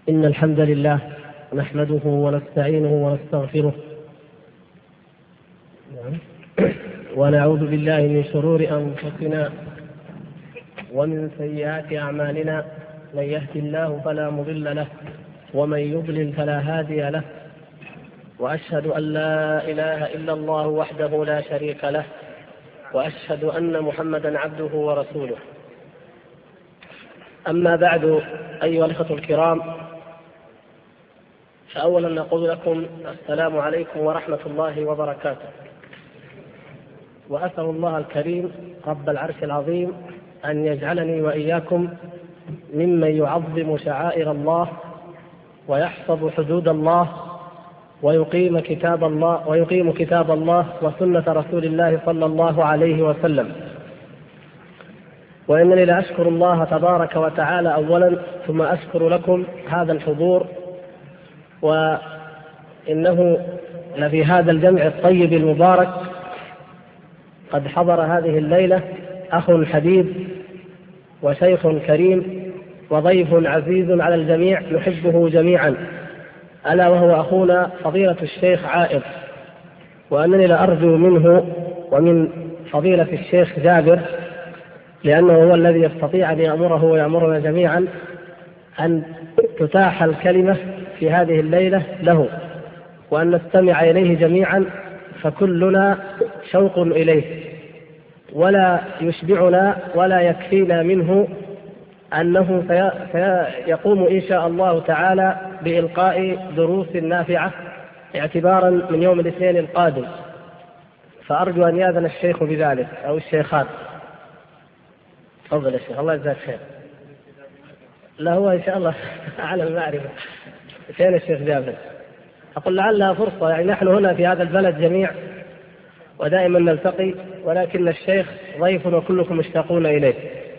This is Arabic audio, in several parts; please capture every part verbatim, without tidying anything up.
إن الحمد لله نحمده ونستعينه ونستغفره ونعوذ بالله من شرور أنفسنا ومن سيئات أعمالنا. من يهد الله فلا مضل له ومن يضلل فلا هادي له، وأشهد أن لا إله إلا الله وحده لا شريك له، وأشهد أن محمدا عبده ورسوله. أما بعد، أيها الأخوة الكرام، فأولا نقول لكم السلام عليكم ورحمة الله وبركاته، وأسأل الله الكريم رب العرش العظيم أن يجعلني وإياكم ممن يعظم شعائر الله ويحفظ حدود الله ويقيم كتاب الله ويقيم كتاب الله وسنة رسول الله صلى الله عليه وسلم. وإنني لأشكر الله تبارك وتعالى أولا، ثم أشكر لكم هذا الحضور، وإنه لفي هذا الجمع الطيب المبارك قد حضر هذه الليلة أخ حبيب وشيخ كريم وضيف عزيز على الجميع نحبه جميعا، ألا وهو أخونا فضيلة الشيخ عائض. وأنني لأرجو منه ومن فضيلة الشيخ جابر، لأنه هو الذي يستطيع أن يأمره ويأمرنا جميعا، أن تتاح الكلمة في هذه الليلة له، وأن نستمع إليه جميعا، فكلنا شوق إليه، ولا يشبعنا ولا يكفينا منه أنه سيقوم إن شاء الله تعالى بإلقاء دروس نافعة اعتبارا من يوم الاثنين القادم، فأرجو أن يأذن الشيخ بذلك أو الشيخات. تفضل يا شيخ، الله يجزاك خير. لا هو إن شاء الله أعلم المعرفة. فين الشيخ جابر؟ أقول لعلها فرصة، يعني نحن هنا في هذا البلد جميع ودائما نلتقي، ولكن الشيخ ضيف وكلكم مشتاقون إليه.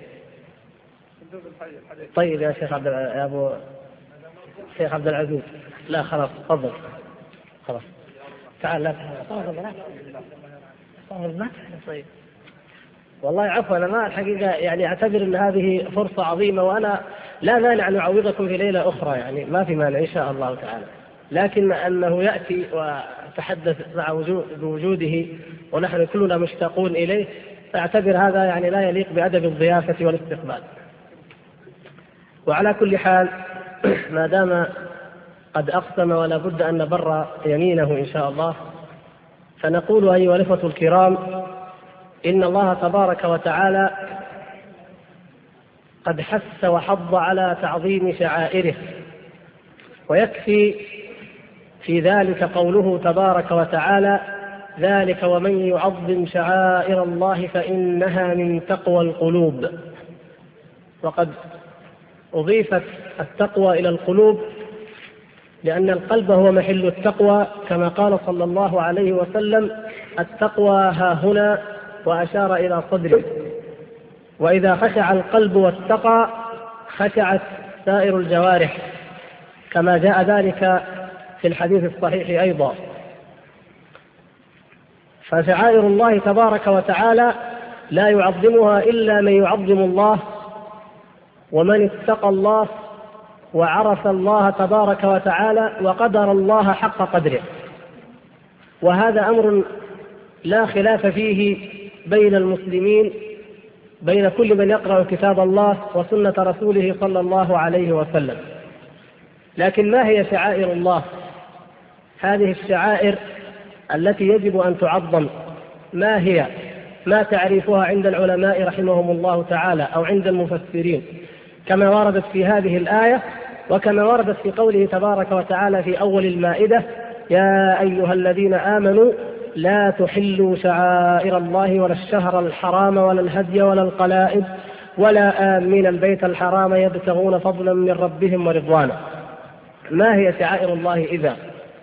طيب يا شيخ عبد يا أبو شيخ عبد العزيز، لا خلاص تفضل، خلاص تعال. لا تفضل. طيب والله عفوا، أنا ما الحقيقة يعني أعتبر أن هذه فرصة عظيمة، وأنا لا مانع أن أعوضكم في ليلة أخرى، يعني ما في مانع إن شاء الله تعالى، لكن أنه يأتي وتحدث مع وجوده ونحن كلنا مشتاقون إليه، فأعتبر هذا يعني لا يليق بأدب الضيافة والاستقبال. وعلى كل حال، ما دام قد أقسم ولا بد أن نبر يمينه إن شاء الله، فنقول أيها الإخوة الكرام، إن الله تبارك وتعالى قد حث وحض على تعظيم شعائره، ويكفي في ذلك قوله تبارك وتعالى: ذلك ومن يعظم شعائر الله فإنها من تقوى القلوب. وقد أضيفت التقوى إلى القلوب لأن القلب هو محل التقوى، كما قال صلى الله عليه وسلم: التقوى ها هنا، وأشار إلى صدره. وإذا خشع القلب واتقى خشعت سائر الجوارح، كما جاء ذلك في الحديث الصحيح أيضا. فشعائر الله تبارك وتعالى لا يعظمها إلا من يعظم الله، ومن اتقى الله وعرف الله تبارك وتعالى وقدر الله حق قدره. وهذا أمر لا خلاف فيه بين المسلمين، بين كل من يقرأ كتاب الله وسنة رسوله صلى الله عليه وسلم. لكن ما هي شعائر الله؟ هذه الشعائر التي يجب أن تعظم ما هي؟ ما تعريفها عند العلماء رحمهم الله تعالى أو عند المفسرين، كما وردت في هذه الآية، وكما وردت في قوله تبارك وتعالى في أول المائدة: يا أيها الذين آمنوا لا تحلوا شعائر الله ولا الشهر الحرام ولا الهدي ولا القلائد ولا آمين البيت الحرام يبتغون فضلا من ربهم ورضوانا. ما هي شعائر الله إذا؟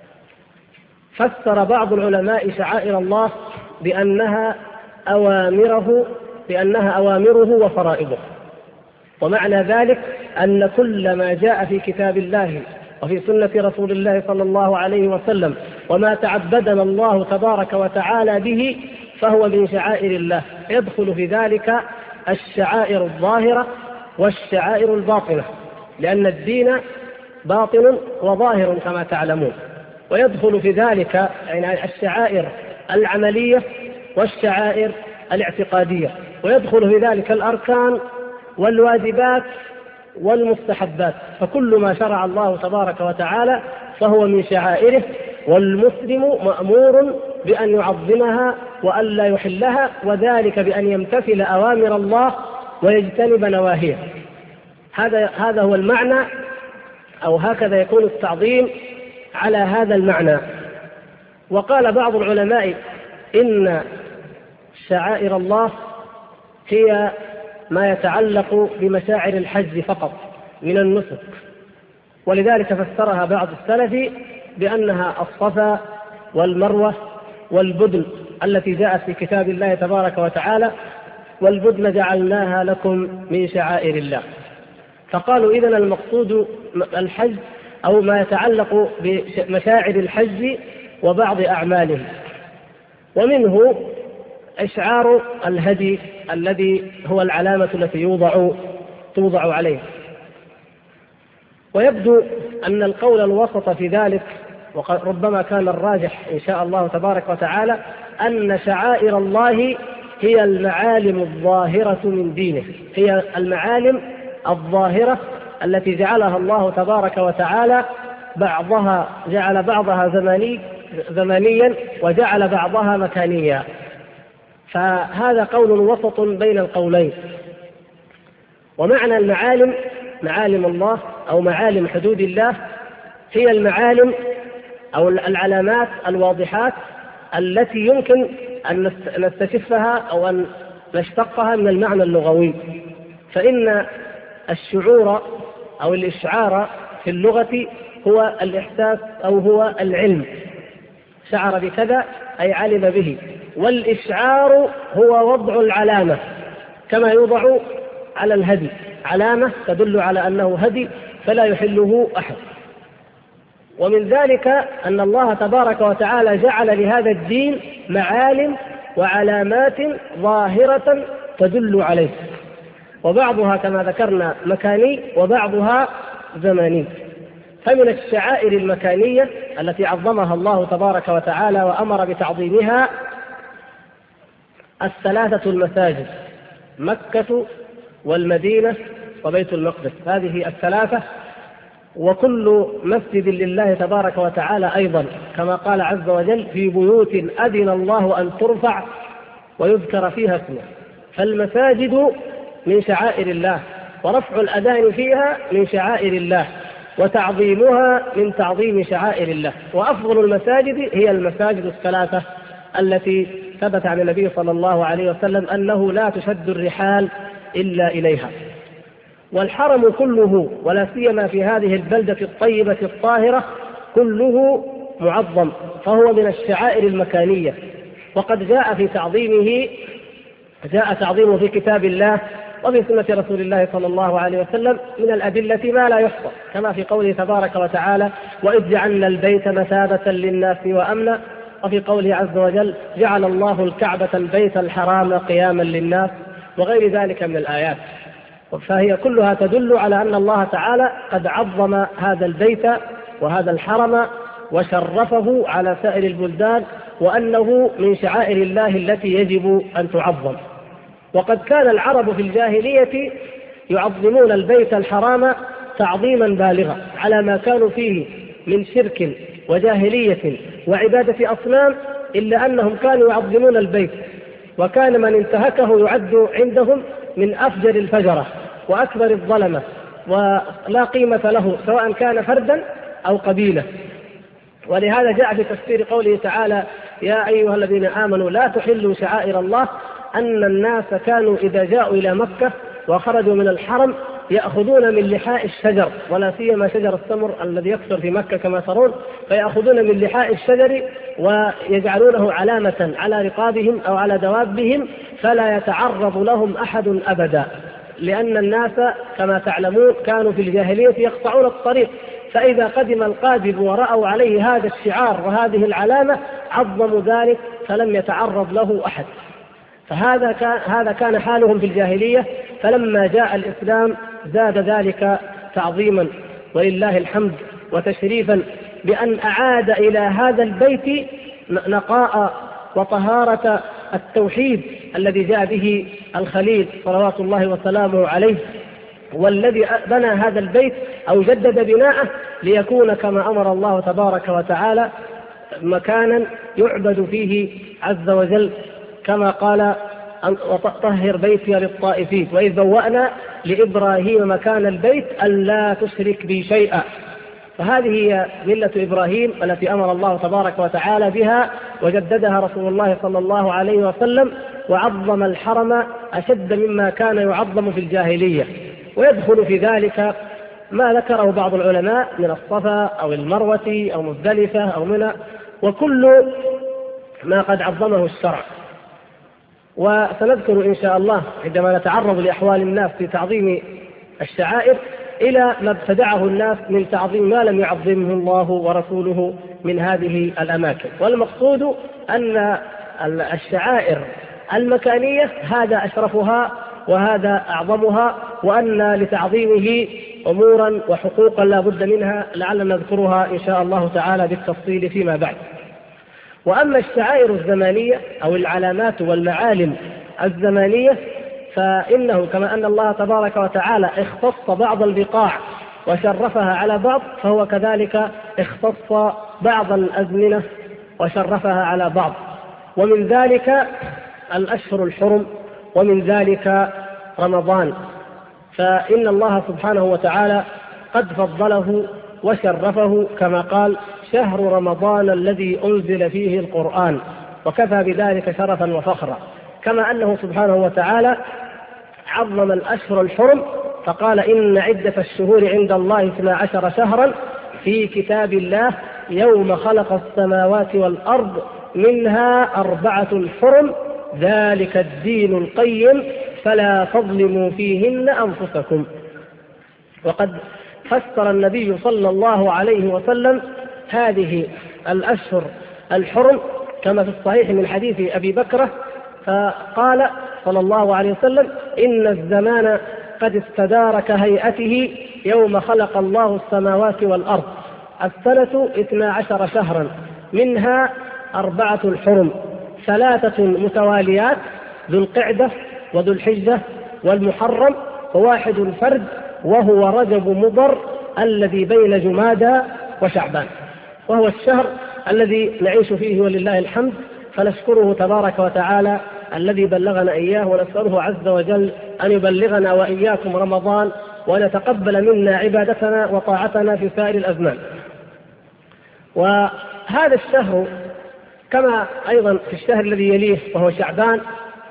فسر بعض العلماء شعائر الله بأنها أوامره بأنها أوامره وفرائضه. ومعنى ذلك أن كل ما جاء في كتاب الله وفي سنة رسول الله صلى الله عليه وسلم وما تعبدنا الله تبارك وتعالى به فهو من شعائر الله. يدخل في ذلك الشعائر الظاهرة والشعائر الباطنة، لأن الدين باطن وظاهر كما تعلمون، ويدخل في ذلك يعني الشعائر العملية والشعائر الاعتقادية، ويدخل في ذلك الأركان والواجبات والمستحبات، فكل ما شرع الله تبارك وتعالى فهو من شعائره، والمسلم مأمور بأن يعظمها وألا يحلها، وذلك بأن يمتثل أوامر الله ويجتنب نواهيه. هذا هذا هو المعنى، أو هكذا يكون التعظيم على هذا المعنى. وقال بعض العلماء إن شعائر الله هي ما يتعلق بمشاعر الحج فقط من النسك، ولذلك فسرها بعض السلف بأنها الصفا والمروة والبدن التي جاءت في كتاب الله تبارك وتعالى: والبدن جعلناها لكم من شعائر الله. فقالوا إذن المقصود الحج أو ما يتعلق بمشاعر الحج وبعض أعماله، ومنه إشعار الهدي الذي هو العلامة التي يوضع توضع عليه. ويبدو أن القول الوسط في ذلك، وربما كان الراجح إن شاء الله تبارك وتعالى، أن شعائر الله هي المعالم الظاهرة من دينه، هي المعالم الظاهرة التي جعلها الله تبارك وتعالى بعضها جعل بعضها زماني زمانيا وجعل بعضها مكانيا. فهذا قول وسط بين القولين. ومعنى المعالم، معالم الله أو معالم حدود الله، هي المعالم أو العلامات الواضحات التي يمكن أن نستشفها أو أن نشتقها من المعنى اللغوي. فإن الشعور أو الإشعار في اللغة هو الإحساس أو هو العلم، شعر بكذا أي علم به. والإشعار هو وضع العلامة كما يوضع على الهدي، علامة تدل على أنه هدي فلا يحله أحد. ومن ذلك أن الله تبارك وتعالى جعل لهذا الدين معالم وعلامات ظاهرة تدل عليه، وبعضها كما ذكرنا مكاني وبعضها زماني. فمن الشعائر المكانية التي عظمها الله تبارك وتعالى وأمر بتعظيمها الثلاثة المساجد: مكة والمدينة وبيت المقدس. هذه الثلاثة، وكل مسجد لله تبارك وتعالى أيضا، كما قال عز وجل: في بيوت أذن الله أن ترفع ويذكر فيها اسمه. فالمساجد من شعائر الله، ورفع الأذان فيها من شعائر الله، وتعظيمها من تعظيم شعائر الله. وأفضل المساجد هي المساجد الثلاثة التي ثبت عن النبي صلى الله عليه وسلم أنه لا تشد الرحال إلا إليها. والحرم كله، ولا سيما في هذه البلدة الطيبة الطاهرة، كله معظم، فهو من الشعائر المكانية. وقد جاء في تعظيمه جاء تعظيمه في كتاب الله وفي سنة رسول الله صلى الله عليه وسلم من الأدلة ما لا يحصى، كما في قوله تبارك وتعالى: وإذ جعلنا البيت مثابة للناس وأمنا، وفي قوله عز وجل: جعل الله الكعبة البيت الحرام قياما للناس، وغير ذلك من الآيات. فهي كلها تدل على أن الله تعالى قد عظم هذا البيت وهذا الحرم وشرفه على سائر البلدان، وأنه من شعائر الله التي يجب أن تعظم. وقد كان العرب في الجاهلية يعظمون البيت الحرام تعظيما بالغا على ما كانوا فيه من شرك وجاهلية وعبادة أصنام، إلا أنهم كانوا يعظمون البيت، وكان من انتهكه يعد عندهم من أفجر الفجرة وأكبر الظلمة، ولا قيمة له سواء كان فردا أو قبيلة. ولهذا جاء في تفسير قوله تعالى: يا أيها الذين آمنوا لا تحلوا شعائر الله، أن الناس كانوا إذا جاءوا إلى مكة وخرجوا من الحرم يأخذون من لحاء الشجر، ولا سيما شجر التمر الذي يكثر في مكة كما ترون، فيأخذون من لحاء الشجر ويجعلونه علامة على رقابهم أو على دوابهم، فلا يتعرض لهم أحد أبدا. لأن الناس كما تعلمون كانوا في الجاهلية يقطعون الطريق، فإذا قدم القادم ورأوا عليه هذا الشعار وهذه العلامة عظموا ذلك فلم يتعرض له أحد. فهذا كان هذا كان حالهم في الجاهلية، فلما جاء الإسلام زاد ذلك تعظيما ولله الحمد، وتشريفا بأن أعاد إلى هذا البيت نقاء وطهارة التوحيد الذي جاء به الخليل صلوات الله وسلامه عليه، والذي بنى هذا البيت أو جدد بناءه ليكون كما أمر الله تبارك وتعالى مكانا يعبد فيه عز وجل، كما قال وطهر بيتي للطائفين وإذ بوأنا لإبراهيم مكان البيت ألا تشرك بي شيئا. فهذه هي ملة إبراهيم التي أمر الله تبارك وتعالى بها وجددها رسول الله صلى الله عليه وسلم، وعظم الحرم أشد مما كان يعظم في الجاهلية. ويدخل في ذلك ما ذكره بعض العلماء من الصفا أو المروة أو مزدلفة أو منى، وكل ما قد عظمه الشرع. وسنذكر إن شاء الله عندما نتعرض لأحوال الناس في تعظيم الشعائر إلى ما ابتدعه الناس من تعظيم ما لم يعظمه الله ورسوله من هذه الأماكن. والمقصود أن الشعائر المكانية هذا أشرفها وهذا أعظمها، وأن لتعظيمه أمورا وحقوقا لا بد منها لعلنا نذكرها إن شاء الله تعالى بالتفصيل فيما بعد. وأما الشعائر الزمانية أو العلامات والمعالم الزمانية فإنه كما أن الله تبارك وتعالى اختص بعض البقاع وشرفها على بعض، فهو كذلك اختص بعض الأزمنة وشرفها على بعض. ومن ذلك الأشهر الحرم، ومن ذلك رمضان، فإن الله سبحانه وتعالى قد فضله وشرفه كما قال شهر رمضان الذي أنزل فيه القرآن، وكفى بذلك شرفا وفخرا. كما أنه سبحانه وتعالى عظم الأشهر الحرم فقال إن عدة الشهور عند الله اثنا عشر شهرا في كتاب الله يوم خلق السماوات والأرض منها أربعة حرم ذلك الدين القيم فلا تظلموا فيهن أنفسكم. وقد فسر النبي صلى الله عليه وسلم هذه الأشهر الحرم كما في الصحيح من حديث أبي بكرة، فقال صلى الله عليه وسلم إن الزمان قد استدار كهيئته يوم خلق الله السماوات والأرض، السنة اثنا عشر شهرا منها أربعة الحرم، ثلاثة متواليات ذو القعدة وذو الحجة والمحرم، وواحد الفرد وهو رجب مضر الذي بين جمادى وشعبان، وهو الشهر الذي نعيش فيه ولله الحمد. فنشكره تبارك وتعالى الذي بلغنا إياه، ونسأله عز وجل أن يبلغنا وإياكم رمضان، وأن يتقبل منا عبادتنا وطاعتنا في سائر الأزمان. وهذا الشهر كما أيضا في الشهر الذي يليه وهو شعبان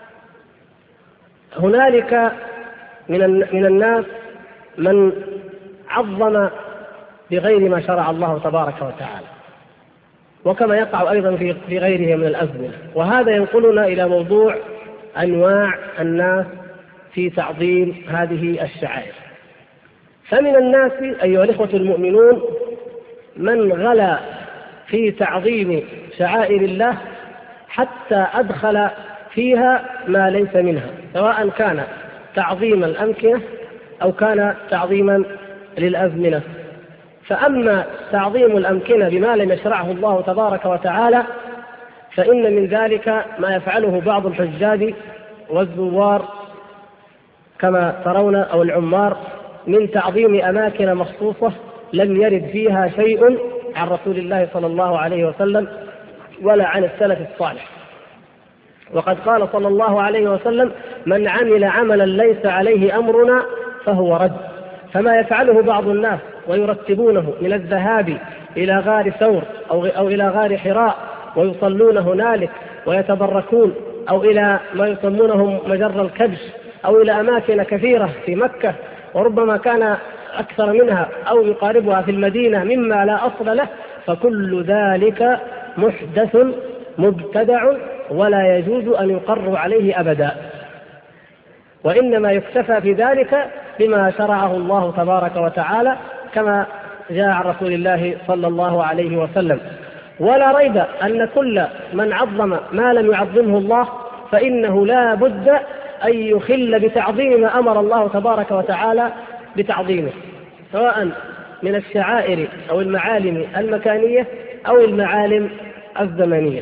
هنالك من الناس من عظم بغير ما شرع الله تبارك وتعالى، وكما يقع أيضا في غيره من الأزمنة. وهذا ينقلنا إلى موضوع أنواع الناس في تعظيم هذه الشعائر. فمن الناس أيها الإخوة المؤمنون من غلا في تعظيم شعائر الله حتى أدخل فيها ما ليس منها، سواء كان تعظيم الأمكنة أو كان تعظيما للأزمنة. فأما تعظيم الأمكنة بما لم يشرعه الله تبارك وتعالى فإن من ذلك ما يفعله بعض الحجاج والزوار كما ترون أو العمار من تعظيم أماكن مخصوصة لم يرد فيها شيء عن رسول الله صلى الله عليه وسلم ولا عن السلف الصالح. وقد قال صلى الله عليه وسلم من عمل عملا ليس عليه أمرنا فهو رد. فما يفعله بعض الناس ويرتبونه من الذهاب إلى غار ثور أو, أو إلى غار حراء ويصلون هنالك ويتبركون، أو إلى ما يسمونه مجر الكبش، أو إلى أماكن كثيرة في مكة وربما كان أكثر منها أو يقاربها في المدينة مما لا أصل له، فكل ذلك محدث مبتدع ولا يجوز أن يقر عليه أبدا، وإنما يكتفى في ذلك بما شرعه الله تبارك وتعالى كما جاء عن رسول الله صلى الله عليه وسلم. ولا ريب أن كل من عظم ما لم يعظمه الله فإنه لا بد أن يخل بتعظيم ما أمر الله تبارك وتعالى بتعظيمه، سواء من الشعائر أو المعالم المكانية أو المعالم الزمنية.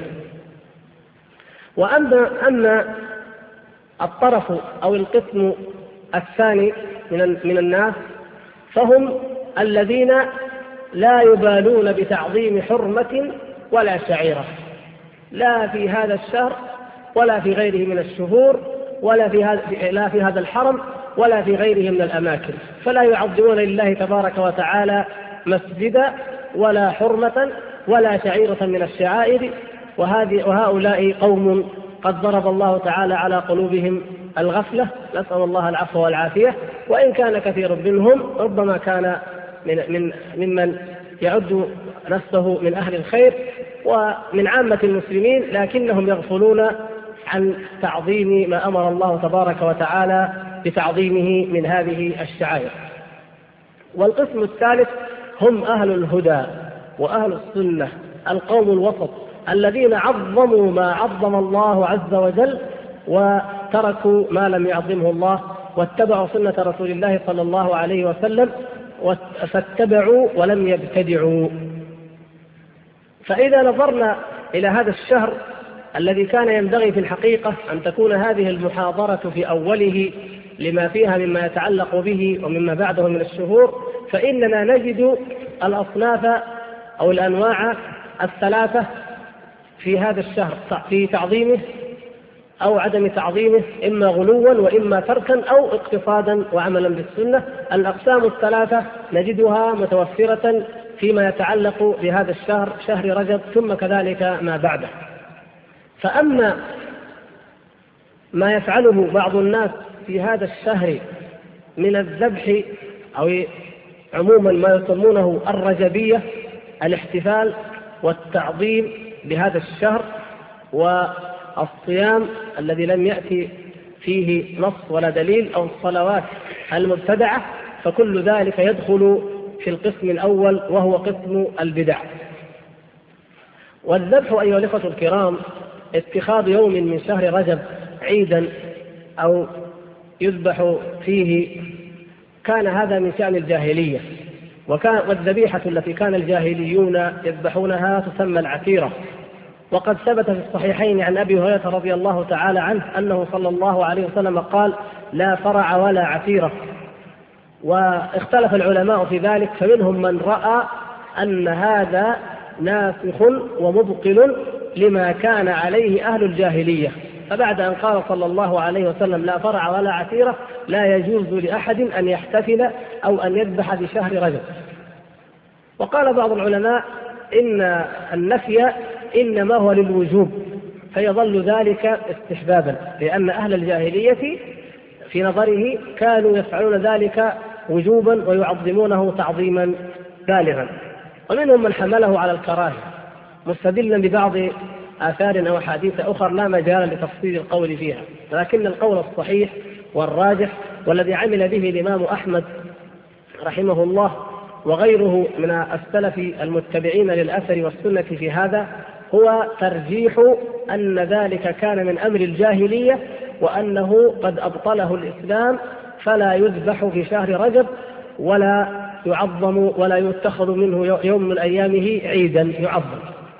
وأما أما الطرف أو القسم الثاني من من الناس فهم الذين لا يبالون بتعظيم حرمة ولا شعيرة، لا في هذا الشهر ولا في غيره من الشهور، ولا في هذا لا في هذا الحرم ولا في غيره من الأماكن، فلا يعظمون لله تبارك وتعالى مسجدا ولا حرمة ولا شعيرة من الشعائر. وهذه وهؤلاء قوم قد ضرب الله تعالى على قلوبهم الغفلة، نسأل الله العفو والعافية. وإن كان كثير منهم ربما كان من من ممن يعد نفسه من أهل الخير ومن عامة المسلمين، لكنهم يغفلون عن تعظيم ما أمر الله تبارك وتعالى بتعظيمه من هذه الشعائر. والقسم الثالث هم أهل الهدى وأهل السنة، القوم الوسط الذين عظموا ما عظم الله عز وجل وتركوا ما لم يعظمه الله، واتبعوا سنة رسول الله صلى الله عليه وسلم فاتبعوا ولم يبتدعوا. فإذا نظرنا إلى هذا الشهر الذي كان ينبغي في الحقيقة أن تكون هذه المحاضرة في أوله لما فيها مما يتعلق به ومما بعده من الشهور، فإننا نجد الأصناف أو الأنواع الثلاثة في هذا الشهر في تعظيمه أو عدم تعظيمه، إما غلوا وإما تركا أو اقتصادا وعملا بالسنة. الأقسام الثلاثة نجدها متوفرة فيما يتعلق بهذا الشهر، شهر رجب، ثم كذلك ما بعده. فأما ما يفعله بعض الناس في هذا الشهر من الذبح أو عموما ما يسمونه الرجبية، الاحتفال والتعظيم بهذا الشهر والصيام الذي لم يأتي فيه نص ولا دليل، أو الصلوات المبتدعة، فكل ذلك يدخل في القسم الأول وهو قسم البدع. والذبح أيها الإخوة الكرام اتخاذ يوم من شهر رجب عيدا أو يذبح فيه كان هذا من شأن الجاهلية، وكان والذبيحة التي كان الجاهليون يذبحونها تسمى العتيرة. وقد ثبت في الصحيحين عن أبي هريرة رضي الله تعالى عنه أنه صلى الله عليه وسلم قال: لا فرع ولا عتيرة. واختلف العلماء في ذلك، فمنهم من رأى أن هذا ناسخ ومبطل لما كان عليه أهل الجاهلية، فبعد أن قال صلى الله عليه وسلم لا فرع ولا عتيرة لا يجوز لأحد أن يحتفل أو أن يذبح في شهر رجب. وقال بعض العلماء إن النفي إنما هو للوجوب، فيظل ذلك استحبابا، لأن أهل الجاهلية في نظره كانوا يفعلون ذلك وجوبا ويعظمونه تعظيما بالغا. ومنهم من حمله على الكراهة مستدلا ببعض آثار أو أحاديث أخرى لا مجال لتفصيل القول فيها، لكن القول الصحيح والراجح والذي عمل به الإمام أحمد رحمه الله وغيره من السلف المتبعين للأثر والسنة في هذا هو ترجيح أن ذلك كان من أمر الجاهلية وأنه قد أبطله الإسلام، فلا يذبح في شهر رجب ولا يعظم ولا يتخذ منه يوم من أيامه عيدا يعظم.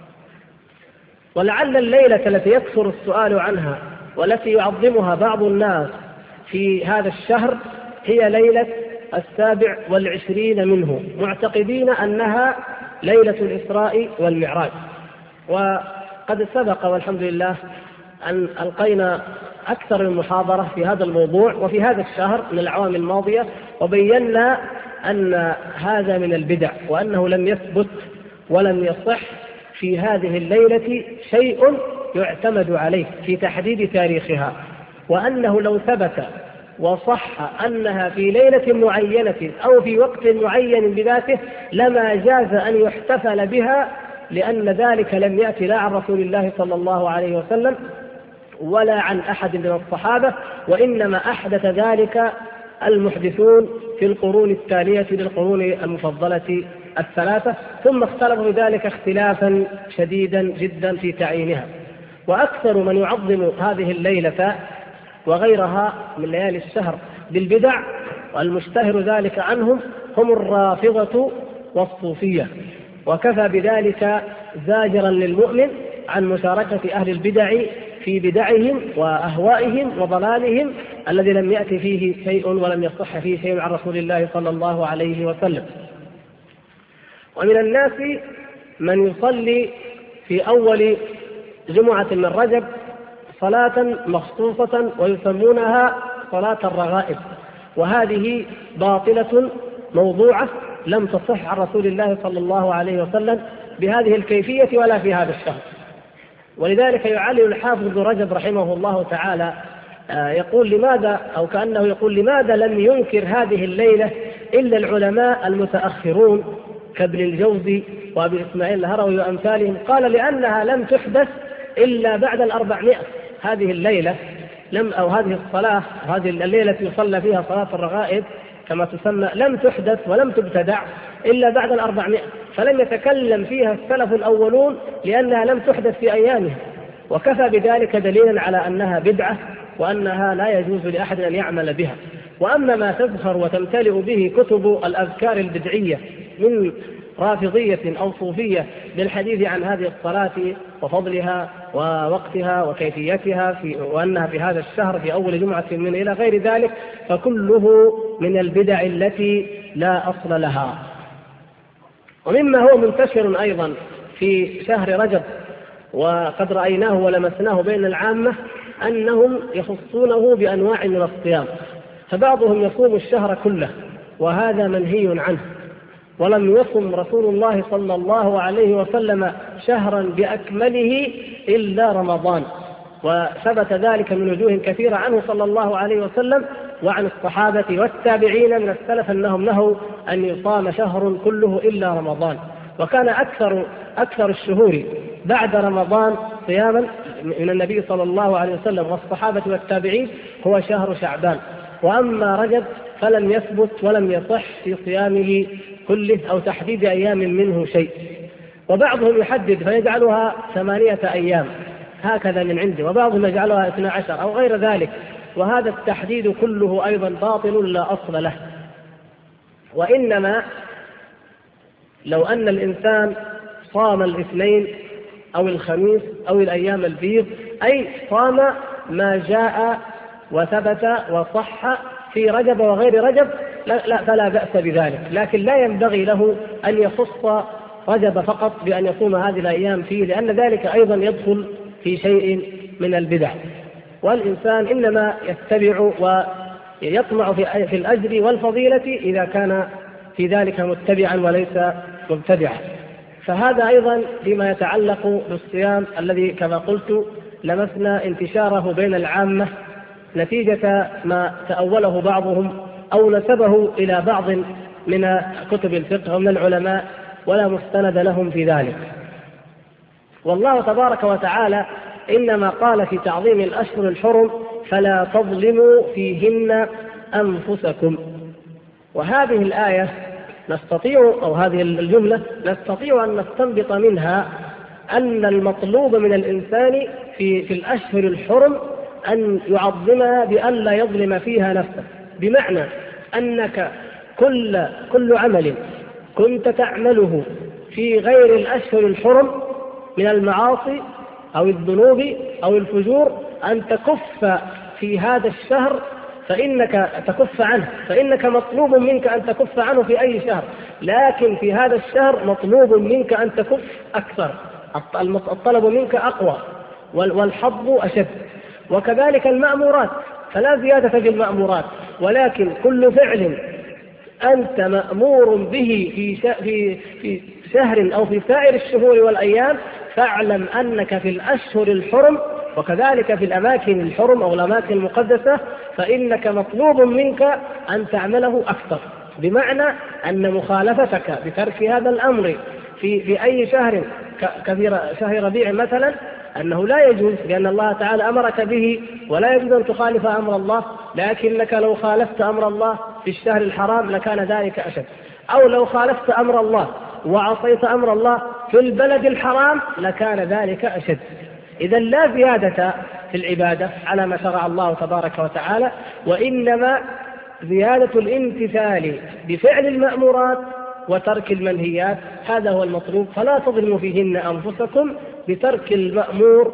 ولعل الليلة التي يكثر السؤال عنها والتي يعظمها بعض الناس في هذا الشهر هي ليلة السابع والعشرين منه، معتقدين أنها ليلة الإسراء والمعراج. وقد سبق والحمد لله أن ألقينا أكثر من محاضرة في هذا الموضوع وفي هذا الشهر من الأعوام الماضية، وبينا أن هذا من البدع، وأنه لم يثبت ولم يصح في هذه الليلة شيء يعتمد عليه في تحديد تاريخها، وأنه لو ثبت وصح أنها في ليلة معينة أو في وقت معين بذاته لما جاز أن يحتفل بها، لأن ذلك لم يأتي لا عن رسول الله صلى الله عليه وسلم ولا عن أحد من الصحابة، وإنما أحدث ذلك المحدثون في القرون التالية للقرون المفضلة الثلاثة، ثم اختلفوا بذلك اختلافا شديدا جدا في تعيينها. وأكثر من يعظم هذه الليلة وغيرها من ليالي الشهر بالبدع والمشتهر ذلك عنهم هم الرافضة والصوفية، وكفى بذلك زاجرا للمؤمن عن مشاركة أهل البدع في بدعهم وأهوائهم وضلالهم الذي لم يأتي فيه شيء ولم يصح فيه شيء عن رسول الله صلى الله عليه وسلم. ومن الناس من يصلي في أول جمعة من رجب صلاة مخصوصة ويسمونها صلاة الرغائب، وهذه باطلة موضوعة لم تصح عن رسول الله صلى الله عليه وسلم بهذه الكيفية ولا في هذا الشهر. ولذلك يعلل الحافظ ابن رجب رحمه الله تعالى يقول لماذا، أو كأنه يقول لماذا لم ينكر هذه الليلة إلا العلماء المتأخرون كابن الجوزي وابي إسماعيل الهروي وأمثالهم؟ قال لأنها لم تحدث إلا بعد الأربعمائة. هذه الليلة لم أو هذه الصلاة هذه الليلة يصلى فيها صلاة الرغائب كما تسمى لم تحدث ولم تبتدع إلا بعد الأربعمائة، فلم يتكلم فيها السلف الأولون لأنها لم تحدث في أيامها، وكفى بذلك دليلا على أنها بدعة وأنها لا يجوز لأحد أن يعمل بها. وأما ما تزخر وتمتلئ به كتب الأذكار البدعية من رافضية أو صوفية بالحديث عن هذه الصلاة وفضلها ووقتها وكيفيتها في وأنها في هذا الشهر في أول جمعة من إلى غير ذلك، فكله من البدع التي لا أصل لها. ومما هو منتشر أيضا في شهر رجب وقد رأيناه ولمسناه بين العامة أنهم يخصونه بأنواع من الصيام، فبعضهم يصوم الشهر كله وهذا منهي عنه، ولم يصم رسول الله صلى الله عليه وسلم شهرا بأكمله إلا رمضان، وثبت ذلك من وجوه كثيرة عنه صلى الله عليه وسلم وعن الصحابة والتابعين من السلف أنهم نهوا أن يصام شهر كله إلا رمضان. وكان أكثر أكثر الشهور بعد رمضان صياما من النبي صلى الله عليه وسلم والصحابة والتابعين هو شهر شعبان، وأما رجب فلم يثبت ولم يصح في صيامه كله أو تحديد أيام منه شيء. وبعضهم يحدد فيجعلها ثمانية أيام هكذا من عنده، وبعضهم يجعلها اثنا عشر أو غير ذلك، وهذا التحديد كله أيضا باطل لا أصل له. وإنما لو أن الإنسان صام الاثنين أو الخميس أو الأيام البيض، أي صام ما جاء وثبت وصح في رجب وغير رجب، لا, لا فلا بأس بذلك، لكن لا ينبغي له أن يخص رجب فقط بأن يصوم هذه الأيام فيه، لأن ذلك أيضا يدخل في شيء من البدع. والإنسان إنما يتبع ويطمع في الأجر والفضيلة إذا كان في ذلك متبعا وليس مبتدعا. فهذا أيضا فيما يتعلق بالصيام الذي كما قلت لمسنا انتشاره بين العامة نتيجة ما تأوله بعضهم أو نسبه إلى بعض من كتب الفقه ومن العلماء ولا مستند لهم في ذلك. والله تبارك وتعالى إنما قال في تعظيم الأشهر الحرم فلا تظلموا فيهن أنفسكم. وهذه الآية نستطيع أو هذه الجملة نستطيع أن نستنبط منها أن المطلوب من الإنسان في في الأشهر الحرم أن يعظمها بأن لا يظلم فيها نفسه، بمعنى أنك كل كل عمل كنت تعمله في غير الأشهر الحرم من المعاصي أو الذنوب أو الفجور أن تكف في هذا الشهر، فإنك تكف عنه، فإنك مطلوب منك أن تكف عنه في أي شهر، لكن في هذا الشهر مطلوب منك أن تكف أكثر، الطلب منك أقوى والحظ أشد. وكذلك المأمورات، فلا زيادة في المأمورات، ولكن كل فعل أنت مأمور به في في في شهر أو في سائر الشهور والأيام فاعلم أنك في الأشهر الحرم وكذلك في الأماكن الحرم أو الأماكن المقدسة فإنك مطلوب منك أن تعمله أكثر، بمعنى أن مخالفتك بترك هذا الأمر في في أي شهر كثير شهر ربيع مثلا أنه لا يجوز، لأن الله تعالى أمرك به ولا يجوز أن تخالف أمر الله، لكنك لو خالفت أمر الله في الشهر الحرام لكان ذلك أشد، أو لو خالفت أمر الله وعصيت أمر الله في البلد الحرام لكان ذلك أشد. إذا لا زيادة في العبادة على ما شرع الله تبارك وتعالى، وإنما زيادة الامتثال بفعل المأمورات وترك المنهيات، هذا هو المطلوب. فلا تظلموا فيهن أنفسكم بترك المأمور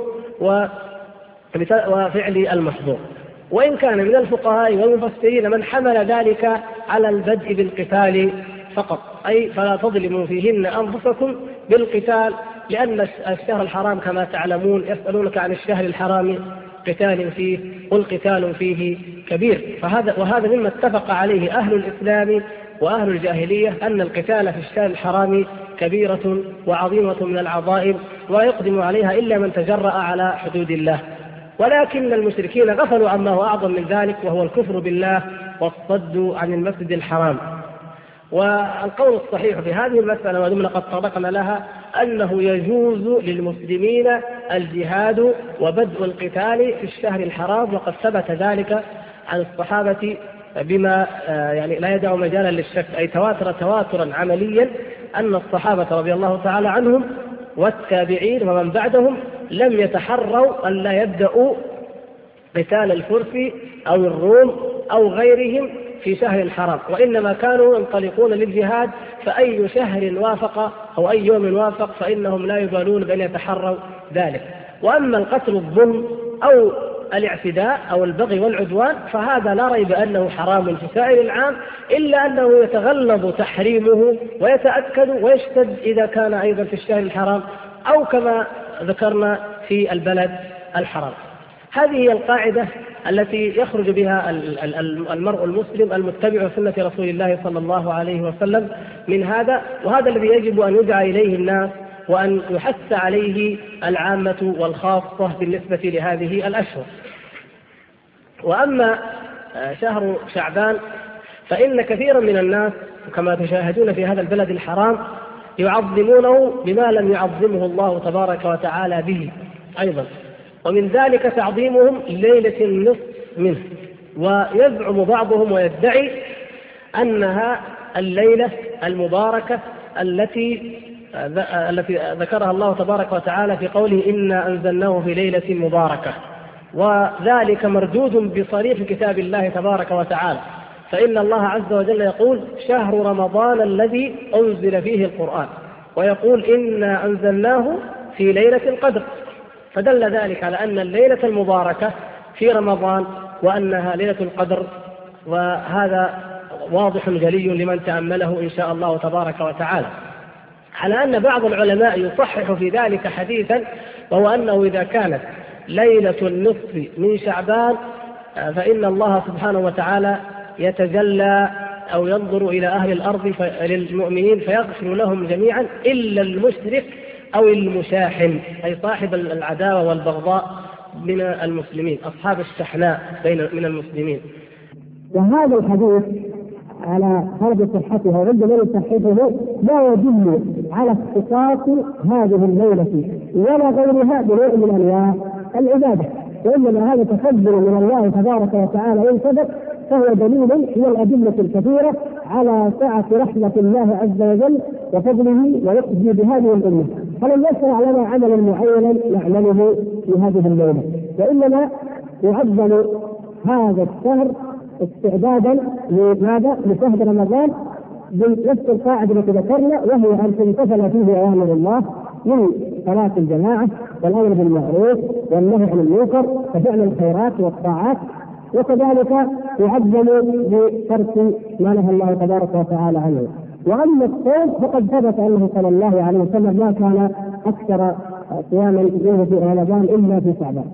وفعل المحظور. وإن كان من الفقهاء والمفسرين من حمل ذلك على البدء بالقتال فقط، أي فلا تظلموا فيهن أنفسكم بالقتال، لأن الشهر الحرام كما تعلمون يسألونك عن الشهر الحرام قتال فيه، قل قتال فيه كبير. فهذا وهذا مما اتفق عليه أهل الإسلام وأهل الجاهلية، أن القتال في الشهر الحرام كبيرة وعظيمة من العظائم، ولا يقدم عليها إلا من تجرأ على حدود الله. ولكن المشركين غفلوا عما هو أعظم من ذلك، وهو الكفر بالله والصد عن المسجد الحرام. والقول الصحيح في هذه المسألة ودمنا قد طرقنا لها أنه يجوز للمسلمين الجهاد وبدء القتال في الشهر الحرام، وقد ثبت ذلك عن الصحابة بما يعني لا يدع مجالا للشك، أي تواتر تواترا عمليا أن الصحابة رضي الله تعالى عنهم والتابعين ومن بعدهم لم يتحروا أن لا يبدأوا قتال الفرس أو الروم أو غيرهم في شهر الحرام، وإنما كانوا ينطلقون للجهاد، فأي شهر وافق أو أي يوم وافق فإنهم لا يبالون بأن يتحروا ذلك. وأما القتل الظلم أو الاعتداء أو البغي والعدوان فهذا لا ريب أنه حرام في سائر العام، إلا أنه يتغلظ تحريمه ويتأكد ويشتد إذا كان أيضا في الشهر الحرام أو كما ذكرنا في البلد الحرام. هذه هي القاعدة التي يخرج بها المرء المسلم المتبع سنة رسول الله صلى الله عليه وسلم من هذا، وهذا الذي يجب أن يدعى إليه الناس وأن يحث عليه العامة والخاصة بالنسبة لهذه الأشهر. وأما شهر شعبان فإن كثيرا من الناس كما تشاهدون في هذا البلد الحرام يعظمونه بما لم يعظمه الله تبارك وتعالى به أيضا، ومن ذلك تعظيمهم ليلة النصف منه، ويزعم بعضهم ويدعي أنها الليلة المباركة التي التي ذكرها الله تبارك وتعالى في قوله إنا أنزلناه في ليلة مباركة، وذلك مردود بصريح كتاب الله تبارك وتعالى، فإن الله عز وجل يقول شهر رمضان الذي أنزل فيه القرآن، ويقول إنا أنزلناه في ليلة القدر، فدل ذلك على أن الليلة المباركة في رمضان وأنها ليلة القدر، وهذا واضح جلي لمن تأمله إن شاء الله تبارك وتعالى. على أن بعض العلماء يصحح في ذلك حديثا، وهو أنه إذا كانت ليلة النصف من شعبان فإن الله سبحانه وتعالى يتجلى أو ينظر إلى أهل الأرض للمؤمنين فيغفر لهم جميعا إلا المشرك أو المشاحن، أي صاحب العداوة والبغضاء من المسلمين، أصحاب الشحناء بين من المسلمين. وهذا الحديث على فرض صحته وعند من يصححه لا يدل على اختصاص هذه الليلة ولا غيرها بنوع من أنواع العبادة، وإنما هذا تفضل من الله تبارك وتعالى إن صدق، فهو دليل من الأدلة الكثيرة على سعة رحمة الله عز وجل وفضله ويقضي بهذه الأمة. فلم يشرع لنا عملا معينا نعمله في هذه الليلة، وإنما يعظم هذا الشهر استعدادا لماذا؟ لشهر رمضان بنفس القاعدة التي ذكرنا، وهي أن تمتثل فيه أوامر الله من صلاة الجماعة والأمر بالمعروف والنهي عن المنكر وفعل الخيرات والطاعات، وكذلك يعظم بترك ما نهى الله تبارك وتعالى عنه. وأما الصوم فقد ثبت أنه صلى الله عليه وسلم ما كان أكثر صياما منه في رمضان إلا في شعبان،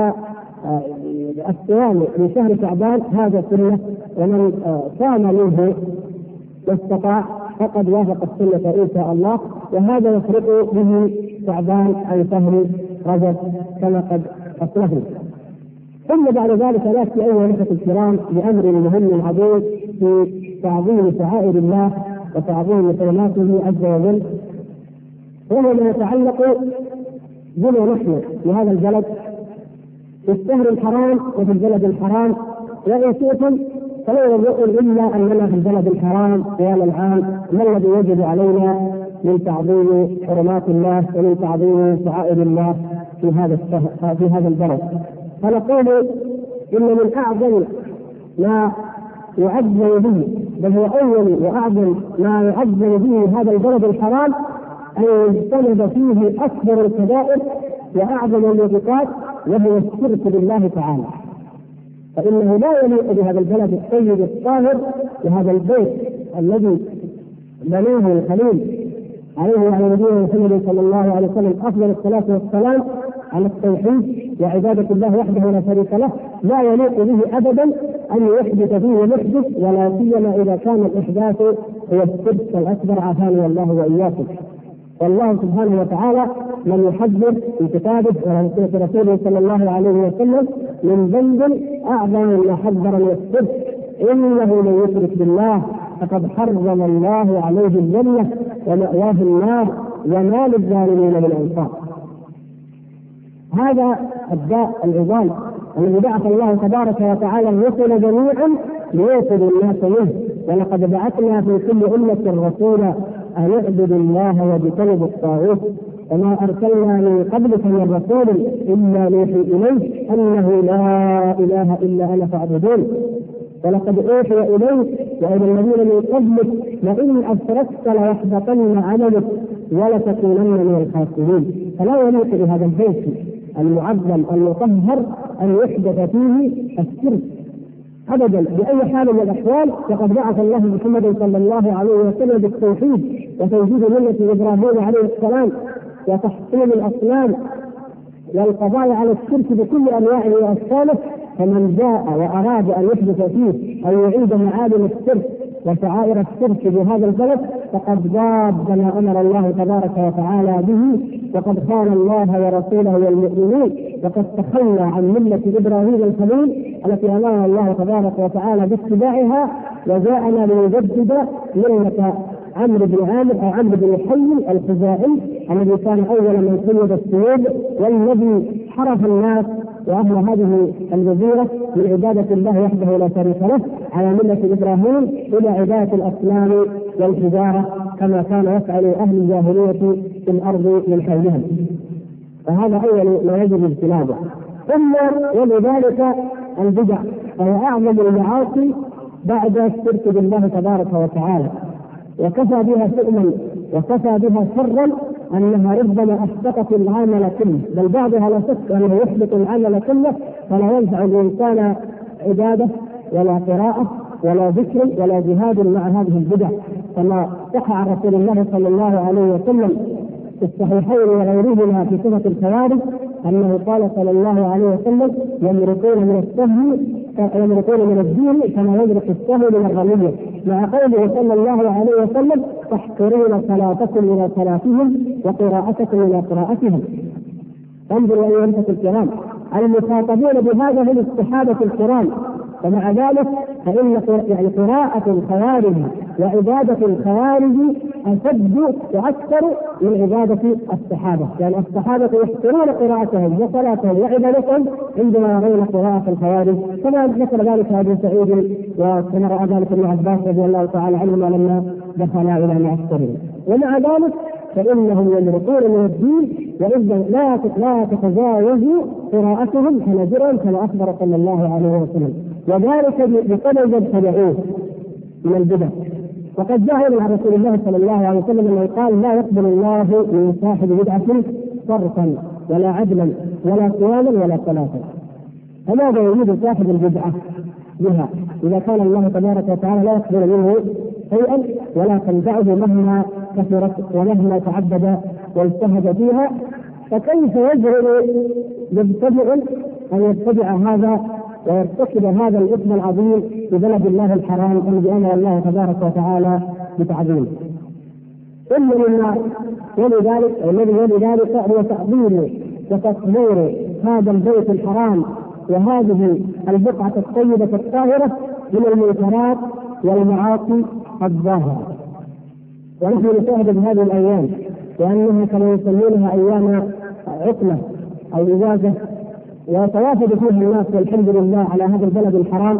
فالصيام من شهر شعبان هذا سنة، ومن صام منه واستطاع فقد وافق السنة إن شاء الله، وهذا يفرق به شعبان عن شهر رجب كما قد أصلحنا. ثم بعد ذلك نأتي أيها الأخوة الكرام بأمر مهم عظيم في تعظيم شعائر الله وتعظيم كلماته عز وجل، وهو ما يتعلق بنا نحن في هذا البلد في الشهر الحرام وفي البلد الحرام. وإن شئتم فلا يقول إلا أننا في البلد الحرام طوال العام، ما الذي يجب علينا من تعظيم حرمات الله ومن تعظيم شعائر الله في هذا في هذا البلد. فنقول إن من أعظم ما يعظم به، بل هو أول وأعظم ما يعظم به هذا البلد الحرام أن يجتنب فيه أكبر الكبائر وأعظم الموبقات، وهو الشرك بالله تعالى. فإنه لا يليق بهذا البلد الطيب الطاهر وهذا البيت الذي بناه الخليل عليه وعلى نبينا محمد صلى الله عليه وسلم أفضل الصلاة والسلام على التوحيد وعبادة الله وحده لا شريك له، لا يليق به أبدا أن يحدث فيه محدث، ولا سيما إذا كان الإحداث هو الشرك الأكبر، عافانا الله وإياكم. والله سبحانه وتعالى لم يحذر في كتابه ولا في سنة رسوله صلى الله عليه وسلم من ذنب أعظم ما حذر من الشرك، إنه من يشرك بالله فقد حرم الله عليه الجنة ومأواه النار وما للظالمين من أنصار. هذا الداء العظام الذي بعث الله تبارك وتعالى الرسل جميعا ليوصلوا الناس منه، ولقد بعثنا في كل أمة رسولا أن اعبدوا الله واجتنبوا الطاغوت، وما أرسلنا من قبلك من رسول إلا نوحي إليه أنه لا إله إلا أنا فاعبدون، ولقد أوحي إليك وإلى الذين من قبلك لئن أشركت ليحبطن عملك ولتكونن من الخاسرين. فلا يليق بهذا البيت المعظم المطهر أن يحدث فيه الشرك أبدا بأي حال من الأحوال. فقد بعث الله محمد صلى الله عليه وسلم بالتوحيد وتوحيد ملة إبراهيم عليه السلام وتحطيم الأصنام والقضاء على الشرك بكل أنواعه وأشكاله. فمن جاء وأراد أن يحدث فيه أو يعيد معالم الشرك وشعائر الشرك بهذا البلد فقد ضاد ما أمر الله تبارك وتعالى به، وقد خان الله ورسوله والمؤمنين، وقد تخلى عن ملة إبراهيم الخليل التي أمر الله تبارك وتعالى باتباعها، وجاءنا ليجدد ملة عمرو بن عامر أو عمرو بن حي الخزاعي الذي كان أول من قيد السيوف، والذي حرف الناس وأهل هذه الجزيرة من عبادة الله وحده لا شريك له على ملة إبراهيم إلى عبادة الأصنام والحجارة كما كان يفعل أهل الجاهلية في الأرض من حولهم. فهذا أول ما يجب اجتنابه. ثم ولذلك البدع وهي أعظم المعاصي بعد الشرك بالله تبارك وتعالى، وكفى بها شؤما وكفى بها شرا أنها ربما أحبطت العمل كله، بل بعضها لا شك أنه يحبط العمل كله، فلا ينفع الإنسان عبادة ولا قراءة ولا ذكر ولا جهاد مع هذه البدع، كما صح عن رسول الله صلى الله عليه وسلم في الصحيحين وغيرهما في صفة الخوارج أنه قال صلى الله عليه وسلم: يمرقون من السهم يمرقون من الدين كما يمرق السهم من الرمية، مع قوله صلى الله عليه وسلم: تحقرون صلاتكم إلى صلاتهم وقراءتكم إلى قراءتهم. انظروا أيها الأخوة الكرام، المخاطبون بهذا هم الصحابة الكرام، ومع ذلك فإن يعني قراءة الخوارج وعبادة الخوارج أشد وأكثر من عبادة الصحابة، يعني الصحابة يحقرون قراءتهم وصلاتهم وعبادتهم عندما يرون قراءة الخوارج، كما ذكر ذلك أبو سعيد وكما رأى ذلك ابن عباس رضي الله تعالى عنهما لما دخلا إلى معسكرهم. ومع ذلك فإنهم يمرقون من الدين، وإذا لا لا تتجاوز قراءتهم حنجرهم كما أخبر صلى الله عليه وسلم، وذلك بسبب ابتدعوه من البدع. وقد جاء عن رسول الله صلى الله عليه وسلم انه قال: لا يقبل الله من صاحب بدعة صرفا ولا عدلا ولا صياما ولا صلاة. فماذا يريد صاحب البدعة بها إذا كان الله تبارك وتعالى لا يقبل منه شيئا ولا تنفعه مهما كثرت ومهما تعبد واجتهد فيها؟ فكيف يجعل مبتدع أن يتبع هذا ويرتكب هذا الإثم العظيم في بلد الله الحرام الذي أمر الله تبارك وتعالى بتعظيمه؟ ثم مما ولذلك الذي ولذلك هو تعظيم وتصوير هذا البيت الحرام وهذه البقعة الطيبة الطاهرة من المنكرات والمعاصي الظاهرة. ونحن نشاهد بهذه الأيام لأنها كما يسمونها أيام عطلة أو إجازة، ويتوافد فيها الناس والحمد لله على هذا البلد الحرام،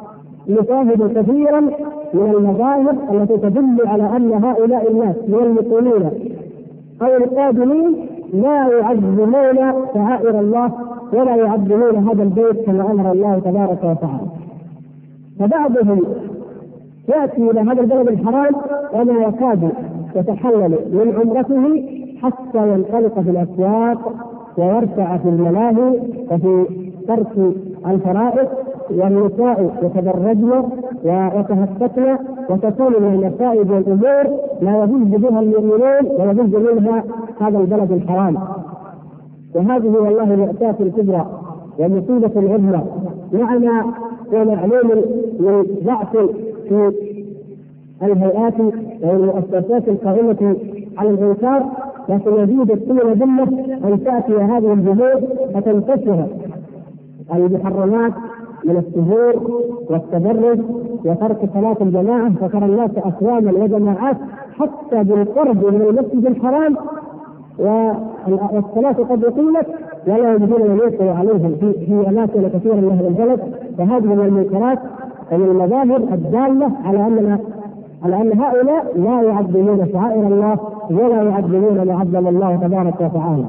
نشاهد كثيرا من المظاهر التي تدل على أن هؤلاء الناس من المسلمين أو القادمين لا يعظمون شعائر الله ولا يعظمون هذا البيت كما أمر الله تبارك وتعالى. فبعضهم يأتي إلى هذا البلد الحرام وما يكاد يتحلل من عمرته حتى ينطلق في الأسواق ويرتع في الملاهي وفي ترك الفرائض، والنساء يتبرجن ويتهتكن وتكون من المصائب والأمور لا يهز بها المؤمنون ويهز منها هذا البلد الحرام. وهذه والله المأساة الكبرى ومصيبة العظمى، معنا ومعلوم من ضعف في الهيئات والمؤسسات القائمة على الإنكار، لكن يزيد السنة ذمة أن تأتي هذه الجهود فتنتشر المحرمات من السهور والتبرج وترك صلاة الجماعة، فترى الناس أقواما وجماعات حتى بالقرب من المسجد الحرام والصلاة قد أقيمت ولا يجدون من يقوى عليهم في, في أماكن كثيرة من أهل البلد. فهذه من المنكرات ومن المظاهر الدالة على أننا على أن هؤلاء لا يعظمون شعائر الله ولا يعظمون ما عظم الله تبارك وتعالى.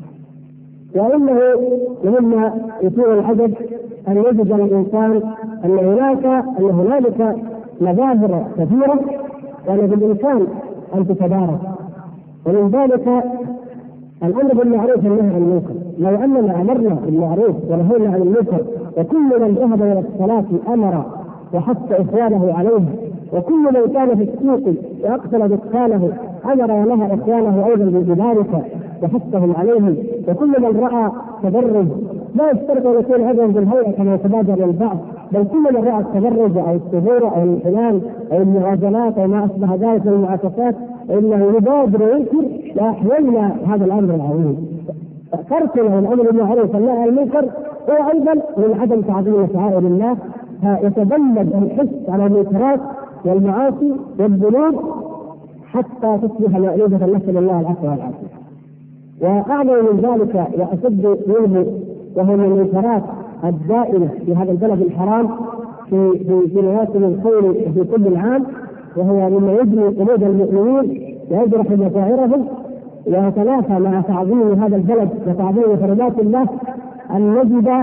وإنه مما يثير العجب أن يجد الإنسان أن هناك أن هنالك مظاهر كثيرة وأن بالإمكان أن تتدارك، ومن ذلك الأمر بالمعروف والنهي عن المنكر. لو أننا أمرنا بالمعروف ونهينا عن المنكر وكل من ذهب إلى الصلاة أمر وحث إخوانه عليه، وكل من كان في السوق وأقفل دكانه أمر ونهى إخوانه أيضا بذلك وحثهم عليه، وكل من رأى تبرج لا يشترط أن يكون هذا بالهيئة كما يتبادر للبعض، بل كل من رأى التبرج أو السهور أو الانحلال أو المغازلات أو ما أشبه ذلك من المعاكسات إنه يبادر وينكر لأحيينا هذا الأمر العظيم. تركنا الأمر بالمعروف والنهي عن المنكر هو أيضا من عدم تعظيم شعائر الله، يتبلد الحس على المنكرات والمعاصي والذنوب حتى تصبح مألوفة نسأل الله العفو والعافية. وأعلى من ذلك وأشد منه وهو من المنكرات الدائمة في هذا البلد الحرام في في في مواسم الخير في كل العام، وهو مما يجري قلوب المؤمنين ويجرح مشاعرهم ويتنافى مع تعظيم هذا البلد وتعظيم حرمات الله، أن نجد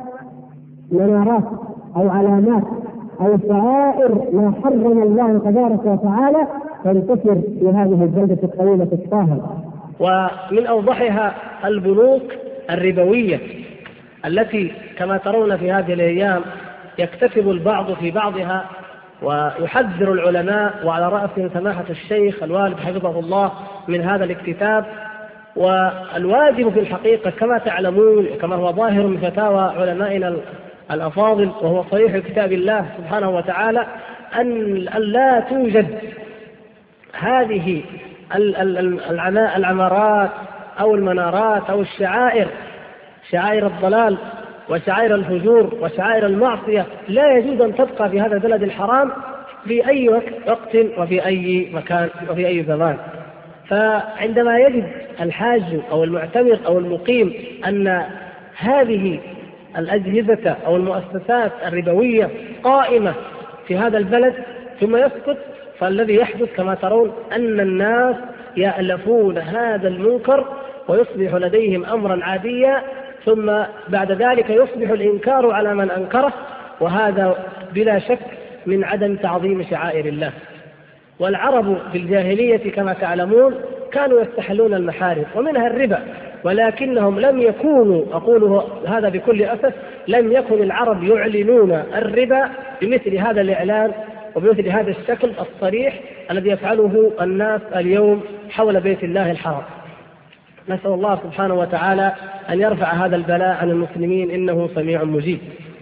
منارات أو علامات أو شعائر ما حرم الله تبارك وتعالى تنتشر في هذه البلدة الطويلة الطاهرة. ومن أوضحها البنوك الربوية التي كما ترون في هذه الأيام يكتسب البعض في بعضها، ويحذر العلماء وعلى رأسهم سماحة الشيخ الوالد حفظه الله من هذا الاكتساب. والواجب في الحقيقة كما تعلمون كما هو ظاهر من فتاوى علمائنا الأفاضل وهو صريح كتاب الله سبحانه وتعالى أن لا توجد هذه العمارات أو المنارات أو الشعائر، شعائر الضلال وشعائر الفجور وشعائر المعصية، لا يجوز أن تبقى في هذا البلد الحرام في أي وقت وفي أي مكان وفي أي زمان. فعندما يجد الحاج أو المعتمر أو المقيم أن هذه الأجهزة أو المؤسسات الربوية قائمة في هذا البلد ثم يسكت، فالذي يحدث كما ترون أن الناس يألفون هذا المنكر ويصبح لديهم أمرا عاديا، ثم بعد ذلك يصبح الإنكار على من أنكره، وهذا بلا شك من عدم تعظيم شعائر الله. والعرب في الجاهلية كما تعلمون كانوا يستحلون المحارم ومنها الربا، ولكنهم لم يكونوا، أقول هذا بكل أسف، لم يكن العرب يعلنون الربا بمثل هذا الإعلان وبمثل هذا الشكل الصريح الذي يفعله الناس اليوم حول بيت الله الحرام. نسأل الله سبحانه وتعالى أن يرفع هذا البلاء عن المسلمين إنه سميع مجيب.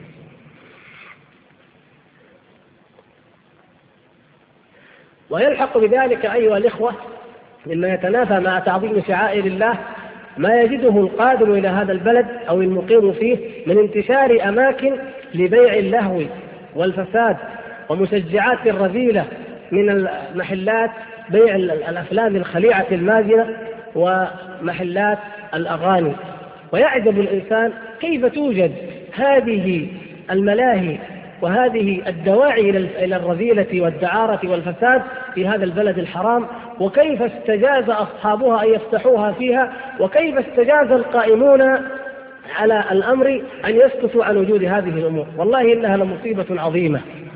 ويلحق بذلك أيها الإخوة مما يتنافى مع تعظيم شعائر الله ما يجده القادم إلى هذا البلد أو المقيم فيه من انتشار أماكن لبيع اللهو والفساد ومشجعات الرذيلة من المحلات بيع الأفلام الخليعة المازنة ومحلات الأغاني. ويعجب الإنسان كيف توجد هذه الملاهي وهذه الدواعي إلى الرذيلة والدعارة والفساد في هذا البلد الحرام، وكيف استجاز أصحابها أن يفتحوها فيها، وكيف استجاز القائمون على الأمر أن يسكتوا عن وجود هذه الأمور. والله إنها لمصيبة عظيمة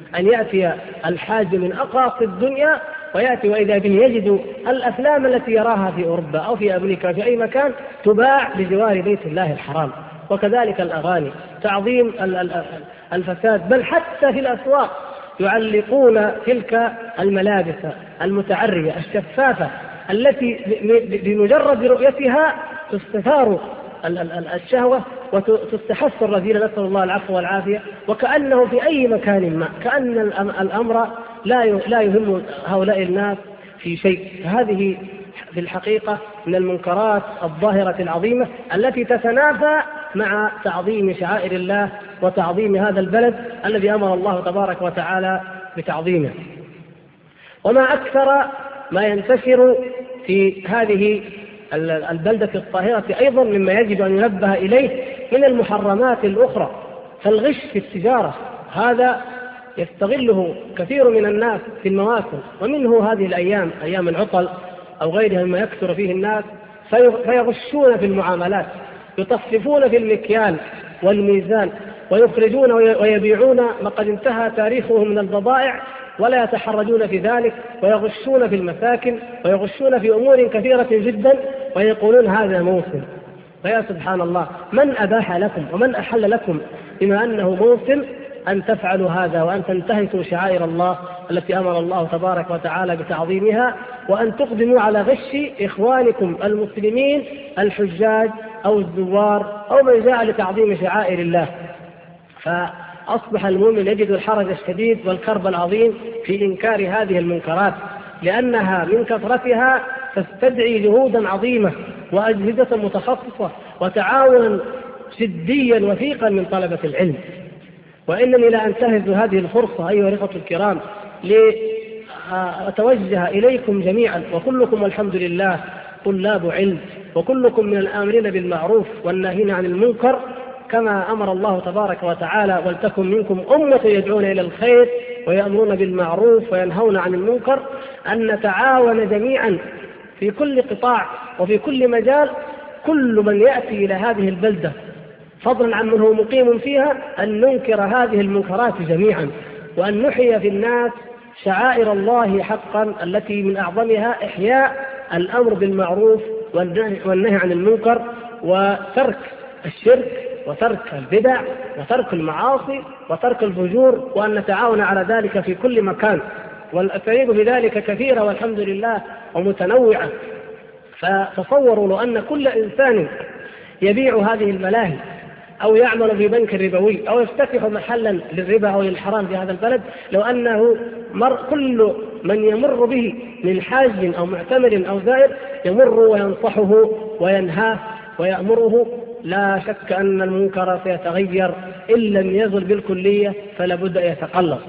أن يأتي الحاج من أقاصي الدنيا ويأتي وإذا به يجد الأفلام التي يراها في أوروبا أو في أمريكا في أي مكان تباع بجوار بيت الله الحرام. وكذلك الأغاني، تعظيم الفساد، بل حتى في الأسواق يعلقون تلك الملابس المتعرية الشفافة التي بمجرد رؤيتها تستثار الشهوة وتستحث الرذيلة، نسأل الله العفو والعافية، وكأنه في أي مكان ما، كأن الأمر لا يهم هؤلاء الناس في شيء. هذه في الحقيقة من المنكرات الظاهرة العظيمة التي تتنافى مع تعظيم شعائر الله وتعظيم هذا البلد الذي أمر الله تبارك وتعالى بتعظيمه. وما أكثر ما ينتشر في هذه البلدة الطاهرة أيضا مما يجب أن ينبه إليه من المحرمات الأخرى، فالغش في التجارة هذا يستغله كثير من الناس في المواسم، ومنه هذه الأيام أيام العطل أو غيرها مما يكثر فيه الناس، فيغشون في المعاملات، يطففون في المكيال والميزان ويخرجون ويبيعون ما قد انتهى تاريخه من البضائع ولا يتحرجون في ذلك، ويغشون في المساكن ويغشون في أمور كثيرة جدا ويقولون هذا موسم. فيا سبحان الله، من أباح لكم ومن أحل لكم بما أنه موسم أن تفعلوا هذا وأن تنتهكوا شعائر الله التي أمر الله تبارك وتعالى بتعظيمها، وأن تقدموا على غش إخوانكم المسلمين الحجاج أو الزوار أو من جاء لتعظيم شعائر الله؟ فأصبح المؤمن يجد الحرج الشديد والكرب العظيم في إنكار هذه المنكرات، لأنها من كثرتها تستدعي جهودا عظيمة وأجهزة متخصصة وتعاونا جديا وثيقا من طلبة العلم. وإنني لا أنتهز هذه الفرصة أيها الإخوة الكرام لأتوجه إليكم جميعا، وكلكم والحمد لله طلاب علم، وكلكم من الآمرين بالمعروف والناهين عن المنكر، كما أمر الله تبارك وتعالى: ولتكن منكم أمة يدعون إلى الخير ويأمرون بالمعروف وينهون عن المنكر، أن نتعاون جميعا في كل قطاع وفي كل مجال، كل من يأتي إلى هذه البلدة فضلا عن من هو مقيم فيها، أن ننكر هذه المنكرات جميعا، وأن نحيي في الناس شعائر الله حقا التي من أعظمها إحياء الأمر بالمعروف والنهي عن المنكر وترك الشرك وترك البدع وترك المعاصي وترك الفجور، وأن نتعاون على ذلك في كل مكان. والأساليب بذلك كثيرة والحمد لله ومتنوعة. فتصوروا لو أن كل إنسان يبيع هذه الملاهي أو يعمل في بنك ربوي أو يفتتح محلا للربا أو للحرام في هذا البلد، لو أنه مر كل من يمر به من حاج أو معتمر أو زائر يمر وينصحه وينهاه ويأمره، لا شك أن المنكر سيتغير إن لم يزل بالكلية، فلا بد أن يتقلص.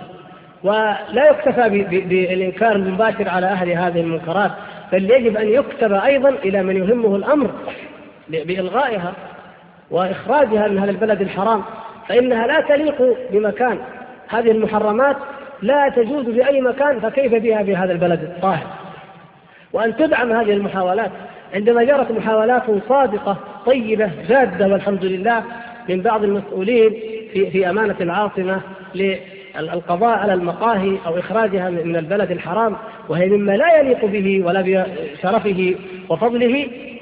ولا يكتفى بالإنكار المباشر على أهل هذه المنكرات، بل يجب أن يكتب أيضا إلى من يهمه الأمر بإلغائها وإخراجها من هذا البلد الحرام، فإنها لا تليق بمكان. هذه المحرمات لا تجوز في أي مكان، فكيف بها في هذا البلد الطاهر؟ وأن تدعم هذه المحاولات عندما جرت محاولات صادقة طيبة جادة والحمد لله من بعض المسؤولين في, في أمانة العاصمة للقضاء على المقاهي أو إخراجها من البلد الحرام، وهي مما لا يليق به ولا بشرفه وفضله،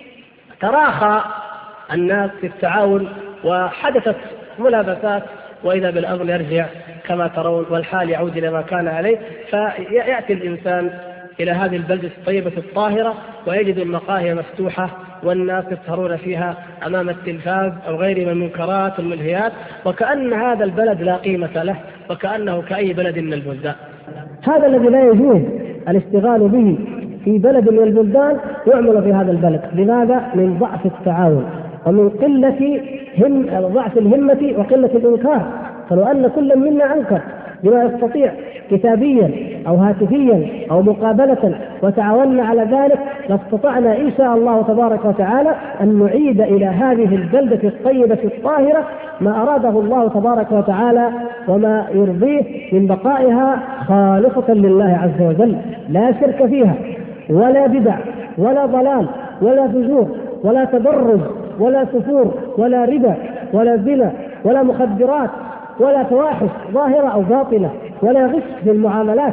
تراخى الناس في التعاون وحدثت ملابسات، وإذا بالأمر يرجع كما ترون والحال يعود إلى ما كان عليه. فيأتي الإنسان إلى هذه البلدة الطيبة الطاهرة ويجد المقاهي مفتوحة والناس يسهرون فيها أمام التلفاز أو غير من المنكرات والملهيات، وكأن هذا البلد لا قيمة له، وكأنه كأي بلد من البلدان. هذا الذي لا يجوز الاشتغال به في بلد من البلدان يعمل في هذا البلد. لماذا؟ من ضعف التعاون ومن قلة هم ضعف الهمة وقلة الإنكار. فلو أن كل منا أنكر بما يستطيع كتابيا أو هاتفيا أو مقابلة وتعاوننا على ذلك، لاستطعنا إن شاء الله تبارك وتعالى أن نعيد إلى هذه البلدة الطيبة الطاهرة ما أراده الله تبارك وتعالى وما يرضيه من بقائها خالصة لله عز وجل، لا شرك فيها ولا بدع ولا ضلال ولا فجور ولا تبرج ولا سفور ولا ربا ولا زنا ولا مخدرات ولا فواحش ظاهرة أو باطنة ولا غش في المعاملات.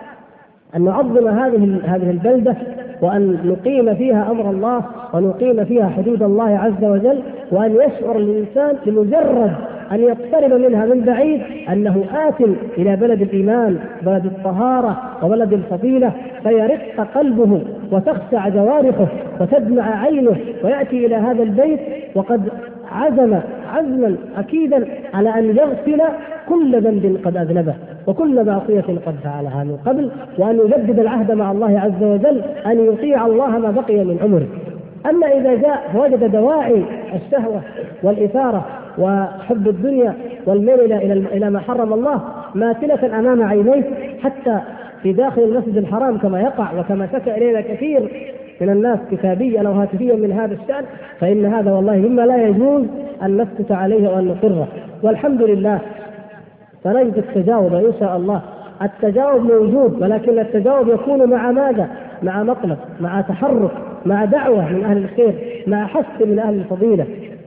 أن نعظم هذه هذه البلدة وأن نقيم فيها أمر الله ونقيم فيها حدود الله عز وجل، وأن يشعر الإنسان بمجرد أن يقترب منها من بعيد أنه آت إلى بلد الإيمان، بلد الطهارة وبلد الفضيلة، فيرق قلبه وتخشع جوارحه وتدمع عينه ويأتي إلى هذا البيت وقد عزم عزما أكيدا على أن يغسل كل ذنب قد أذنبه وكل معصية قد فعلها من قبل، وأن يجدد العهد مع الله عز وجل أن يطيع الله ما بقي من عمره. أما إذا جاء وجد دواعي الشهوة والإثارة وحب الدنيا والميل إلى ما حرم الله ماثلة أمام عينيه حتى في داخل المسجد الحرام كما يقع وكما شكى إلينا كثير من الناس كتابيا أو هاتفيا من هذا الشأن، فإن هذا والله مما لا يجوز أن نسكت عليه وأن نقره. والحمد لله فنجد التجاوب إن شاء الله. التجاوب موجود، ولكن التجاوب يكون مع ماذا؟ مع مطلب، مع تحرك، مع دعوة من أهل الخير، مع حث من أهل الفضيلة.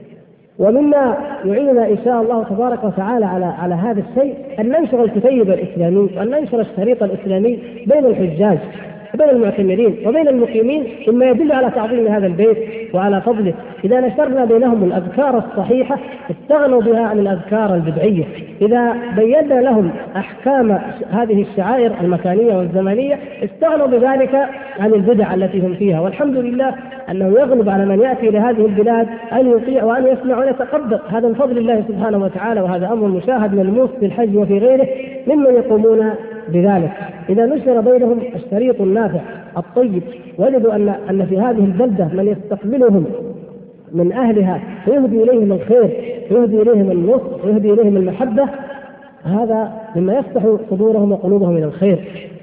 ومما يعيننا إن شاء الله تبارك وتعالى على على هذا الشيء أن ننشر الكتيب الإسلامي وأن ننشر الشريط الإسلامي بين الحجاج وبين المعتمرين وبين المقيمين، مما يدل على تعظيم هذا البيت وعلى فضله. إذا نشرنا بينهم الأذكار الصحيحة استغنوا بها عن الأذكار البدعية، إذا بينا لهم أحكام هذه الشعائر المكانية والزمنية استغنوا بذلك عن البدع التي هم فيها. والحمد لله أنه يغلب على من يأتي إلى هذه البلاد أن يطيع وأن يسمع ويتقبل، هذا من فضل الله سبحانه وتعالى، وهذا أمر مشاهد ملموس في الحج وفي غيره ممن يقومون بذلك. إذا نشر بينهم الشريط النافع الطيب وجدوا أن أن في هذه البلدة من يستقبلهم من أهلها ويهدي إليهم الخير ويهدي إليهم النصر ويهدي إليهم المحبة، هذا مما يفتح صدورهم وقلوبهم إلى الخير.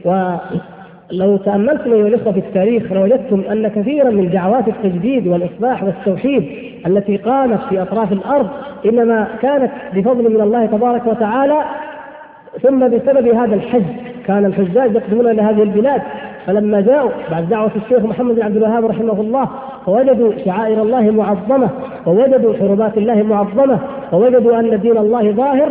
ولو تأملتم أيها الأخوة في التاريخ لوجدتم أن كثيرا من دعوات التجديد والإصلاح والتوحيد التي قامت في أطراف الأرض إنما كانت بفضل من الله تبارك وتعالى، ثم بسبب هذا الحج كان الحجاج يقدمون إلى هذه البلاد، فلما جاءوا بعد دعوة الشيخ محمد بن عبد الوهاب رحمه الله ووجدوا شعائر الله معظمة ووجدوا حرمات الله معظمة ووجدوا أن دين الله ظاهر،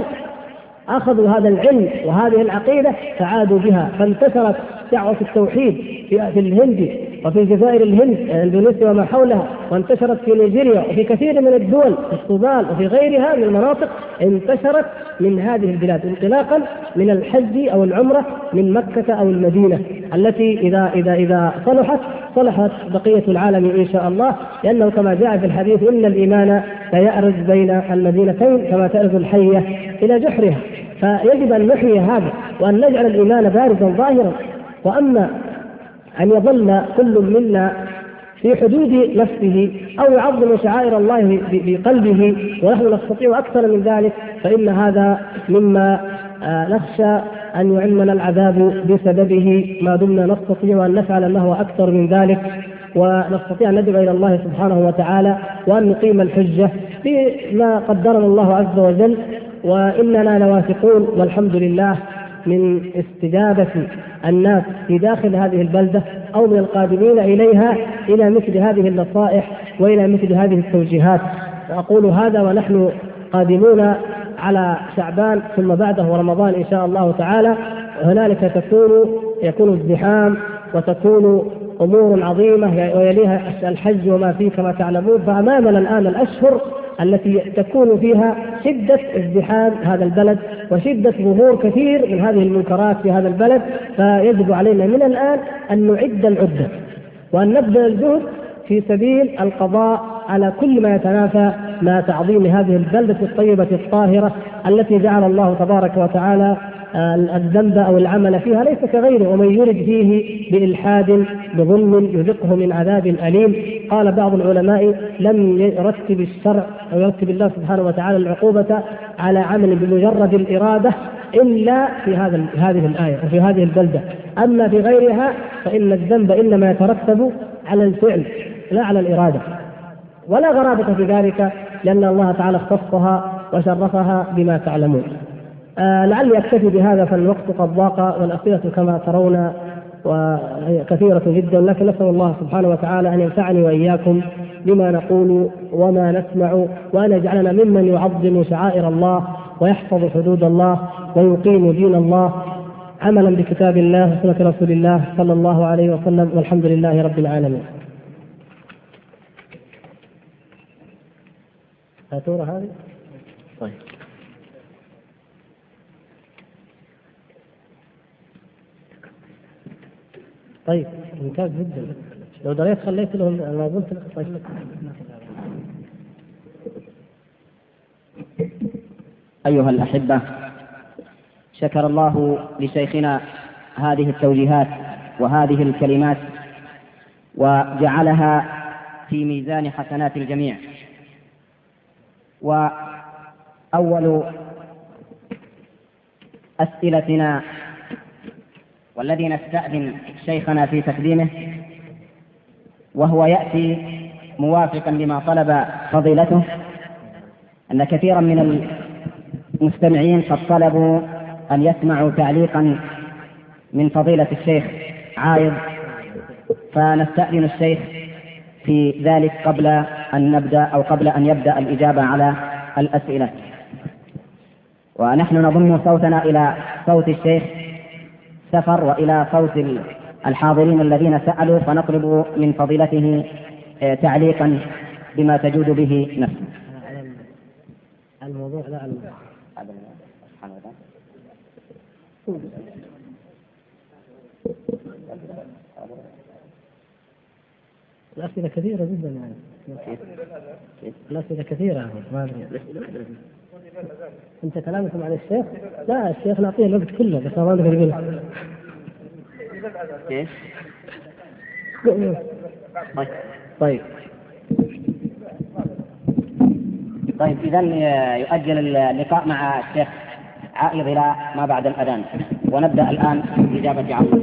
أخذوا هذا العلم وهذه العقيدة فعادوا بها، فانتشرت دعوة التوحيد في الهند وفي جزائر الهند اندونيسيا وما حولها، وانتشرت في نيجيريا وفي كثير من الدول في السودان وفي غيرها من المناطق، انتشرت من هذه البلاد انطلاقا من الحج أو العمرة من مكة أو المدينة التي إذا إذا إذا صلحت صلحت بقية العالم إن شاء الله، لأنه كما جاء في الحديث إن الإيمان سيأرز بين المدينتين كما تأرز الحية إلى جحرها. فيجب أن نحيي هذا وأن نجعل الإيمان بارزا ظاهرا. وأما أن يظل كل منا في حدود نفسه أو يعظم شعائر الله بقلبه ونحن نستطيع أكثر من ذلك، فإن هذا مما نخشى أن يعمنا العذاب بسببه ما دمنا نستطيع أن نفعل ما هو أكثر من ذلك، ونستطيع أن ندعو إلى الله سبحانه وتعالى وأن نقيم الحجة بما قدرنا الله عز وجل. وإننا لواثقون والحمد لله من استجابة الناس في داخل هذه البلدة أو من القادمين إليها إلى مثل هذه النصائح وإلى مثل هذه التوجيهات. وأقول هذا ونحن قادمون على شعبان ثم بعده رمضان إن شاء الله تعالى، هنالك تكون يكون ازدحام وتكون أمور عظيمة ويليها الحج وما فيه كما تعلمون. فأمامنا الآن الأشهر التي تكون فيها شدة ازدحام هذا البلد وشدة ظهور كثير من هذه المنكرات في هذا البلد، فيجب علينا من الآن أن نعد العدة وأن نبذل الجهد في سبيل القضاء على كل ما يتنافى مع تعظيم هذه البلدة الطيبة الطاهرة التي جعل الله تبارك وتعالى الذنب أو العمل فيها ليس كغيره، ومن يرد فيه بإلحاد بظلم يذقه من عذاب أليم. قال بعض العلماء لم يرتب الشرع أو يرتب الله سبحانه وتعالى العقوبة على عمل بمجرد الإرادة إلا في هذا هذه الآية وفي هذه البلدة، أما في غيرها فإن الذنب إنما يترتب على الفعل لا على الإرادة، ولا غرابة في ذلك لأن الله تعالى اختصها وشرفها بما تعلمون. آه لعلي أكتفي بهذا فالوقت قد ضاق والأسئلة كما ترون وكثيرة جدا، لكن نسأل الله سبحانه وتعالى أن ينفعني وإياكم بما نقول وما نسمع، وأن يجعلنا ممن يعظم شعائر الله ويحفظ حدود الله ويقيم دين الله عملا بكتاب الله وسنة رسول الله صلى الله عليه وسلم، والحمد لله رب العالمين. فاتورة هذه؟ طيب. طيب ممتاز جدا، لو دريت خليت لهم ما قلت لك. طيب. أيها الأحبة، شكر الله لشيخنا هذه التوجيهات وهذه الكلمات وجعلها في ميزان حسنات الجميع. وأول أسئلتنا والذي نستأذن شيخنا في تقديمه، وهو يأتي موافقا لما طلب فضيلته، أن كثيرا من المستمعين قد طلبوا أن يسمعوا تعليقا من فضيلة الشيخ عايض، فنستأذن الشيخ في ذلك قبل أن نبدأ أو قبل أن يبدأ الإجابة على الأسئلة. ونحن نضم صوتنا إلى صوت الشيخ سفر وإلى صوت الحاضرين الذين سألوا، فنطلب من فضيلته تعليقا بما تجود به نفسه. الموضوع لا الموضوع. الأسئلة كثيرة جدا يعني. الأسئلة كثيرة ما أدري. أنت كلامكم عن الشيخ؟ لا الشيخ نعطيه الوقت كله بس ما نقدر نقول. كيف؟ طيب. طيب إذن يؤجل اللقاء مع الشيخ عائض إلى ما بعد الأذان، ونبدأ الآن بإجابة عمرو.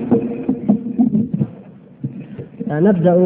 نبدأ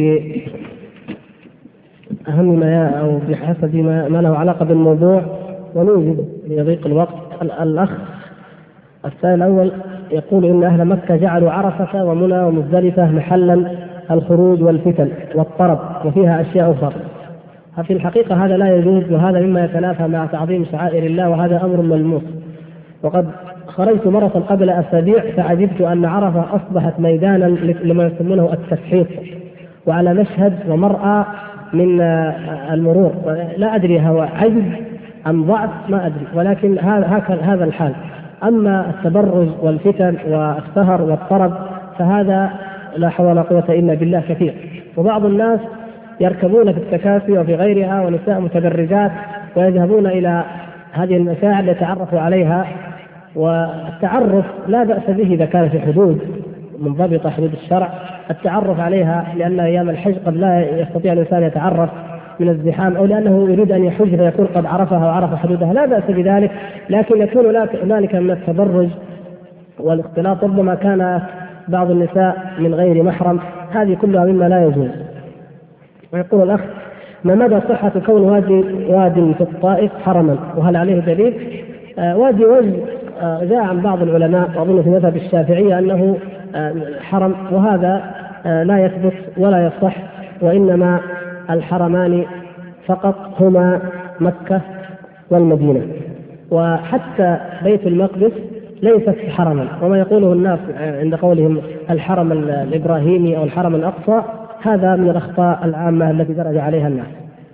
بأهم ما أو بحسب ما له علاقة بالموضوع ونوجد ليضيق الوقت. الأخ السائل الأول يقول إن أهل مكة جعلوا عرفة ومنى ومزدلفة محلا الخروج والفتن والطرب وفيها أشياء أخرى. ففي الحقيقة هذا لا يجوز، وهذا مما يتنافى مع تعظيم شعائر الله، وهذا أمر ملموس. وقد خرجت مرة قبل أسابيع فعجبت أن عرفة أصبحت ميدانا لما يسمونه التسحيق، وعلى مشهد ومرأى من المرور. لا أدري هو عجز أم ضعف ما أدري، ولكن هذا هذا الحال. أما التبرج والفتن والسهر والطرب فهذا لا حول ولا قوة إلا بالله كثير. وبعض الناس يركبون في التكاسي وفي غيرها ونساء متبرجات ويذهبون إلى هذه المشاعر ليتعرفوا عليها، والتعرف لا بأس به إذا كان في حدود منضبطة، حدود الشرع. التعرف عليها لأن أيام الحج قد لا يستطيع الإنسان يتعرف من الزحام، أو لأنه يريد أن يحج فيكون قد عرفها وعرف حدودها، لا بأس بذلك. لكن يكون هنالك من التبرج والاختلاط، ربما كان بعض النساء من غير محرم، هذه كلها مما لا يجوز. ويقول الأخ: ما مدى صحة كون وادي وادي في الطائف حرما، وهل عليه دليل؟ آه وادي وجه آه جاء عن بعض العلماء وأظن في مذهب الشافعية أنه آه حرم، وهذا آه لا يثبت ولا يصح، وإنما الحرمان فقط هما مكة والمدينة، وحتى بيت المقدس ليست حرما. وما يقوله الناس عند قولهم الحرم الإبراهيمي أو الحرم الأقصى هذا من الأخطاء العامة التي درج عليها الناس.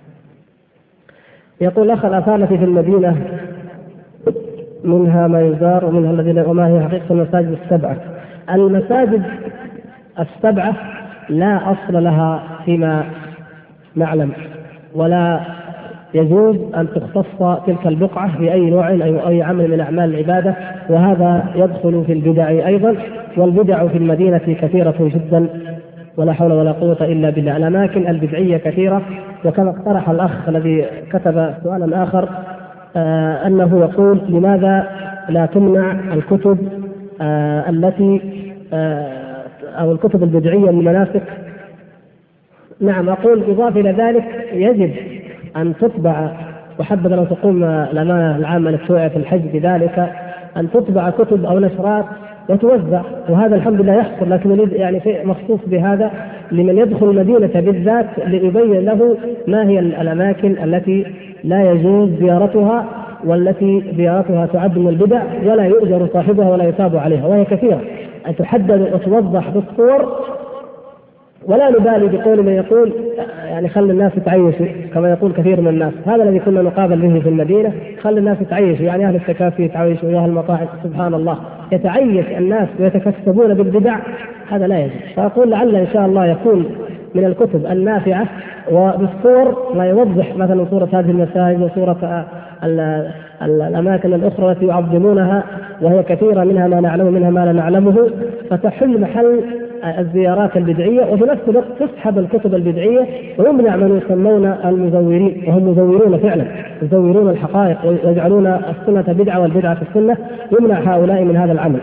يقول الأخ: الآثار التي في المدينة منها ما يزار ومنها الذين، وما هي حقيقة المساجد السبعة؟ المساجد السبعة لا أصل لها فيما نعلم، ولا يجوز أن تختص تلك البقعة بأي نوع أو أي عمل من أعمال العبادة، وهذا يدخل في البدع أيضا. والبدع في المدينة كثيرة جدا ولا حول ولا قوة إلا بالله. الأماكن البدعية كثيرة، وكما اقترح الأخ الذي كتب سؤالا آخر آه أنه يقول: لماذا لا تمنع الكتب آه التي آه أو الكتب البدعية للمناسك؟ نعم، أقول إضافة إلى ذلك يجب أن تطبع، وحبذا لو تقوم الأمانة العامة للتوعية في الحج بذلك، أن تطبع كتب أو نشرات وتوزع، وهذا الحمد لله يحصل. لكن نريد يعني شيء مخصوص بهذا لمن يدخل المدينة بالذات، ليبين له ما هي الأماكن التي لا يجوز زيارتها، والتي زيارتها تعد من البدع ولا يؤجر صاحبها ولا يثاب عليها، وهي كثيرة أن تحدد وتوضح بالصور، ولا نبالي بقول من يقول يعني خلي الناس يتعيشوا كما يقول كثير من الناس. هذا الذي كنا نقابل به في المدينة، خلي الناس يتعيشوا، يعني أهل التكافي يتعيشوا وأهل المطاعم. سبحان الله، يتعيش الناس ويتكسبون بالبدع، هذا لا يجوز. فأقول لعل إن شاء الله يكون من الكتب النافعة وبالصور ما يوضح مثلا صورة هذه المساجد وصورة الأماكن الأخرى التي يعظمونها، وهي كثيرة منها ما نعلم منها ما لا نعلمه، فتحل محل الزيارات البدعية، وفي نفس الوقت تسحب الكتب البدعية ويمنع من يسمون المزورين، وهم مزورون فعلا، يزورون الحقائق ويجعلون السنة بدعة والبدعة في السنة، يمنع هؤلاء من هذا العمل.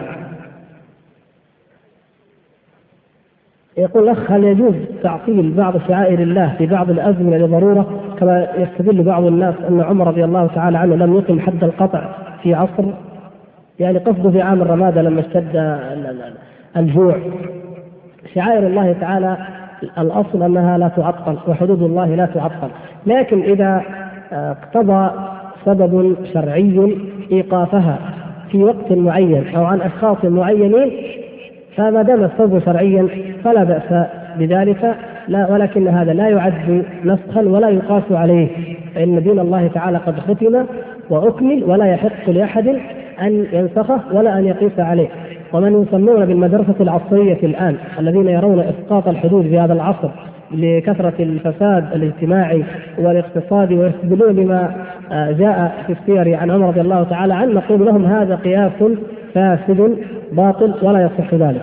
يقول الأخ: هل يجوز تعطيل بعض شعائر الله في بعض الأزمنة لضرورة، كما يستدل بعض الناس أن عمر رضي الله تعالى عنه لم يقم حد القطع في عصر، يعني قصده في عام الرمادة لما اشتد الجوع. شعائر الله تعالى الأصل أنها لا تعطل، وحدود الله لا تعطل، لكن إذا اقتضى سبب شرعي إيقافها في وقت معين أو عن أشخاص معينين، فما دام السبب شرعيا فلا بأس بذلك، لا، ولكن هذا لا يعد نسخا ولا يقاس عليه، فإن دين الله تعالى قد ختم وأكمل، ولا يحق لأحد أن ينسخه ولا أن يقيس عليه. ومن يسمون بالمدرسة العصرية الآن الذين يرون إسقاط الحدود في هذا العصر لكثرة الفساد الاجتماعي والاقتصادي، ويستدلون بما جاء في السير عن عمر رضي الله تعالى عنه، نقول لهم هذا قياس فاسد باطل ولا يصح ذلك.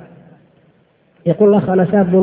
يقول الأخ: أنا شاب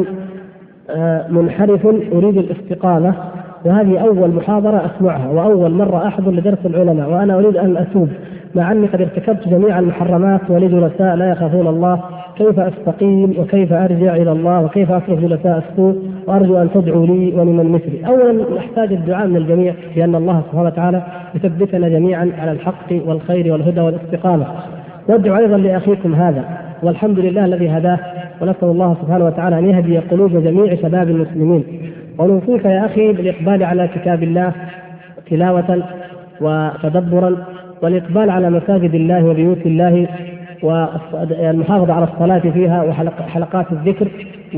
منحرف أريد الاستقامة، وهذه أول محاضرة أسمعها وأول مرة أحضر لدرس العلماء، وأنا أريد أن أتوب مع أني قد ارتكبت جميع المحرمات ولي جلساء لا يخافون الله، كيف أستقيم وكيف أرجع إلى الله وكيف أصرف جلساء السوء، وأرجو أن تدعوا لي ولمن مثلي. أولا نحتاج الدعاء من الجميع بأن الله سبحانه وتعالى يثبتنا جميعا على الحق والخير والهدى والاستقامة، وادعوا أيضا لأخيكم هذا، والحمد لله الذي هداه، ونسأل الله سبحانه وتعالى أن يهدي قلوب جميع شباب المسلمين. ونوصيك يا أخي بالإقبال على كتاب الله تلاوة وتدبرا، والإقبال على مساجد الله وبيوت الله، والمحافظة على الصلاة فيها وحلقات الذكر،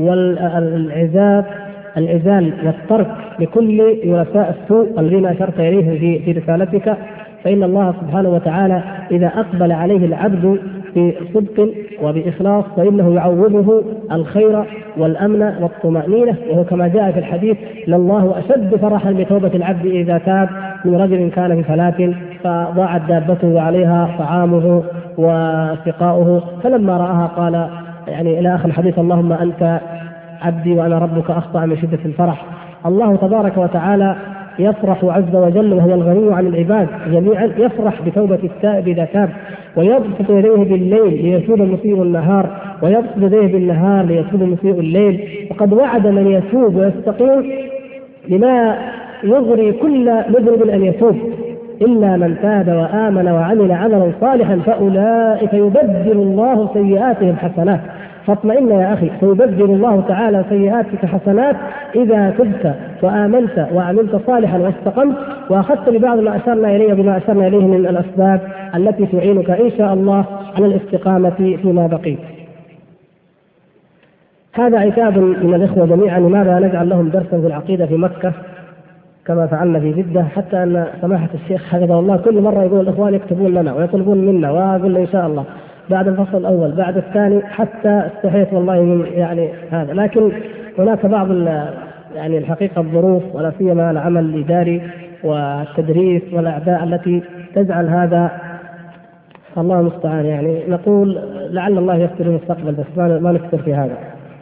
والعزال العزال والترك لكل جلساء السوء الذين أشرت إليه في رسالتك، فإن الله سبحانه وتعالى إذا أقبل عليه العبد بصدق وبإخلاص فإنه يعوضه الخير والأمن والطمأنينة، وهو كما جاء في الحديث: لله أشد فرحا بتوبة العبد إذا تاب من رجل كان في فلاة فضاعت دابته وعليها طعامه وسقاؤه، فلما رآها قال يعني إلى آخر الحديث: اللهم أنت عبدي وأنا ربك، أخطأ من شدة الفرح. الله تبارك وتعالى يفرح عز وجل وهو الغني عن العباد جميعا، يفرح بتوبة التائب إذا تاب، ويبسط يديه بالليل ليتوب مسيء النهار، ويبسط يديه بالنهار ليتوب مسيء الليل. وقد وعد من يتوب ويستقيم لما يغري كل مذنب أن يتوب، إلا من تاب وآمن وعمل عملا صالحا فأولئك يبدل الله سيئاتهم حسنات. فاطمئن يا أخي، سيبدل الله تعالى سيئاتك حسنات إذا تبت وآمنت وعملت صالحا واستقمت، وأخذت لبعض ما أشرنا إليه بما أشرنا إليه من الأسباب التي تعينك إن شاء الله على الاستقامة فيما بقي. هذا عتاب من الإخوة جميعا: لماذا نجعل لهم درسا في العقيدة في مكة كما فعلنا في جدة؟ حتى أن سماحة الشيخ حفظه الله كل مرة يقول الإخوان يكتبون لنا ويطلبون منا، وأقول إن شاء الله بعد الفصل الأول بعد الثاني، حتى استحيت والله من يعني هذا. لكن هناك بعض يعني الحقيقة الظروف، ولا سيما العمل الإداري والتدريس والأعباء التي تجعل هذا، الله المستعان. يعني نقول لعل الله يستر المستقبل، بس ما نكثر في هذا.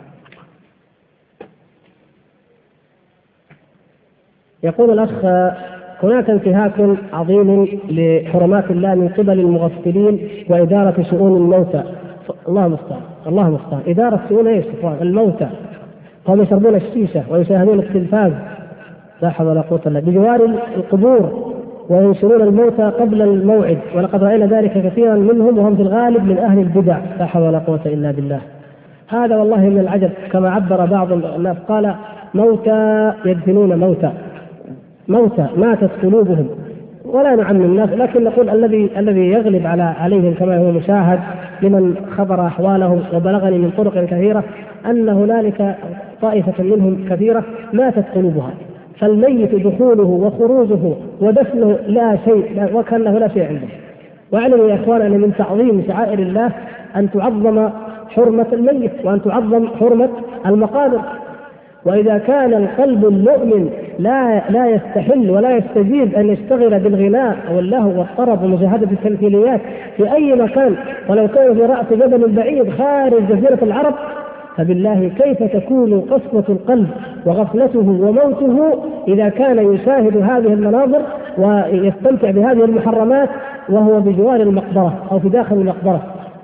يقول الأخ: هناك انتهاك عظيم لحرمات الله من قبل المغفلين وإدارة شؤون الموتى. الله المستعان، الله المستعان. إدارة شؤون ايش؟ الموتى. هم يشربون الشيشة ويشاهدون التلفاز، لا حول ولا قوة الا بالله، بجوار القبور، وينشرون الموتى قبل الموعد، ولقد رأينا ذلك كثيرا منهم، وهم في الغالب من أهل البدع، لا حول ولا قوة إلا بالله. هذا والله من العجب، كما عبر بعض الناس قال: موتى يدفنون موتى، موتى ماتت قلوبهم، ولا نعمم الناس، لكن نقول الذي الذي يغلب على عليهم كما هو مشاهد لمن خبر أحوالهم وبلغني من طرق كثيرة أن هنالك طائفة منهم كثيرة ماتت قلوبها، فالميت دخوله وخروجه ودفنه لا شيء، وكأنه لا شيء عنده. واعلموا يا إخوان أن من تعظيم شعائر الله أن تعظم حرمة الميت وأن تعظم حرمة المقابر. وإذا كان القلب المؤمن لا لا يستحل ولا يستجيب أن يشتغل بالغناء واللهو والطرب ومشاهدة التمثيليات في أي مكان ولو كان في رأس جبل بعيد خارج جزيرة العرب، فبالله كيف تكون قسوة القلب وغفلته وموته إذا كان يشاهد هذه المناظر ويستمتع بهذه المحرمات وهو بجوار المقبرة أو في داخل المقبرة،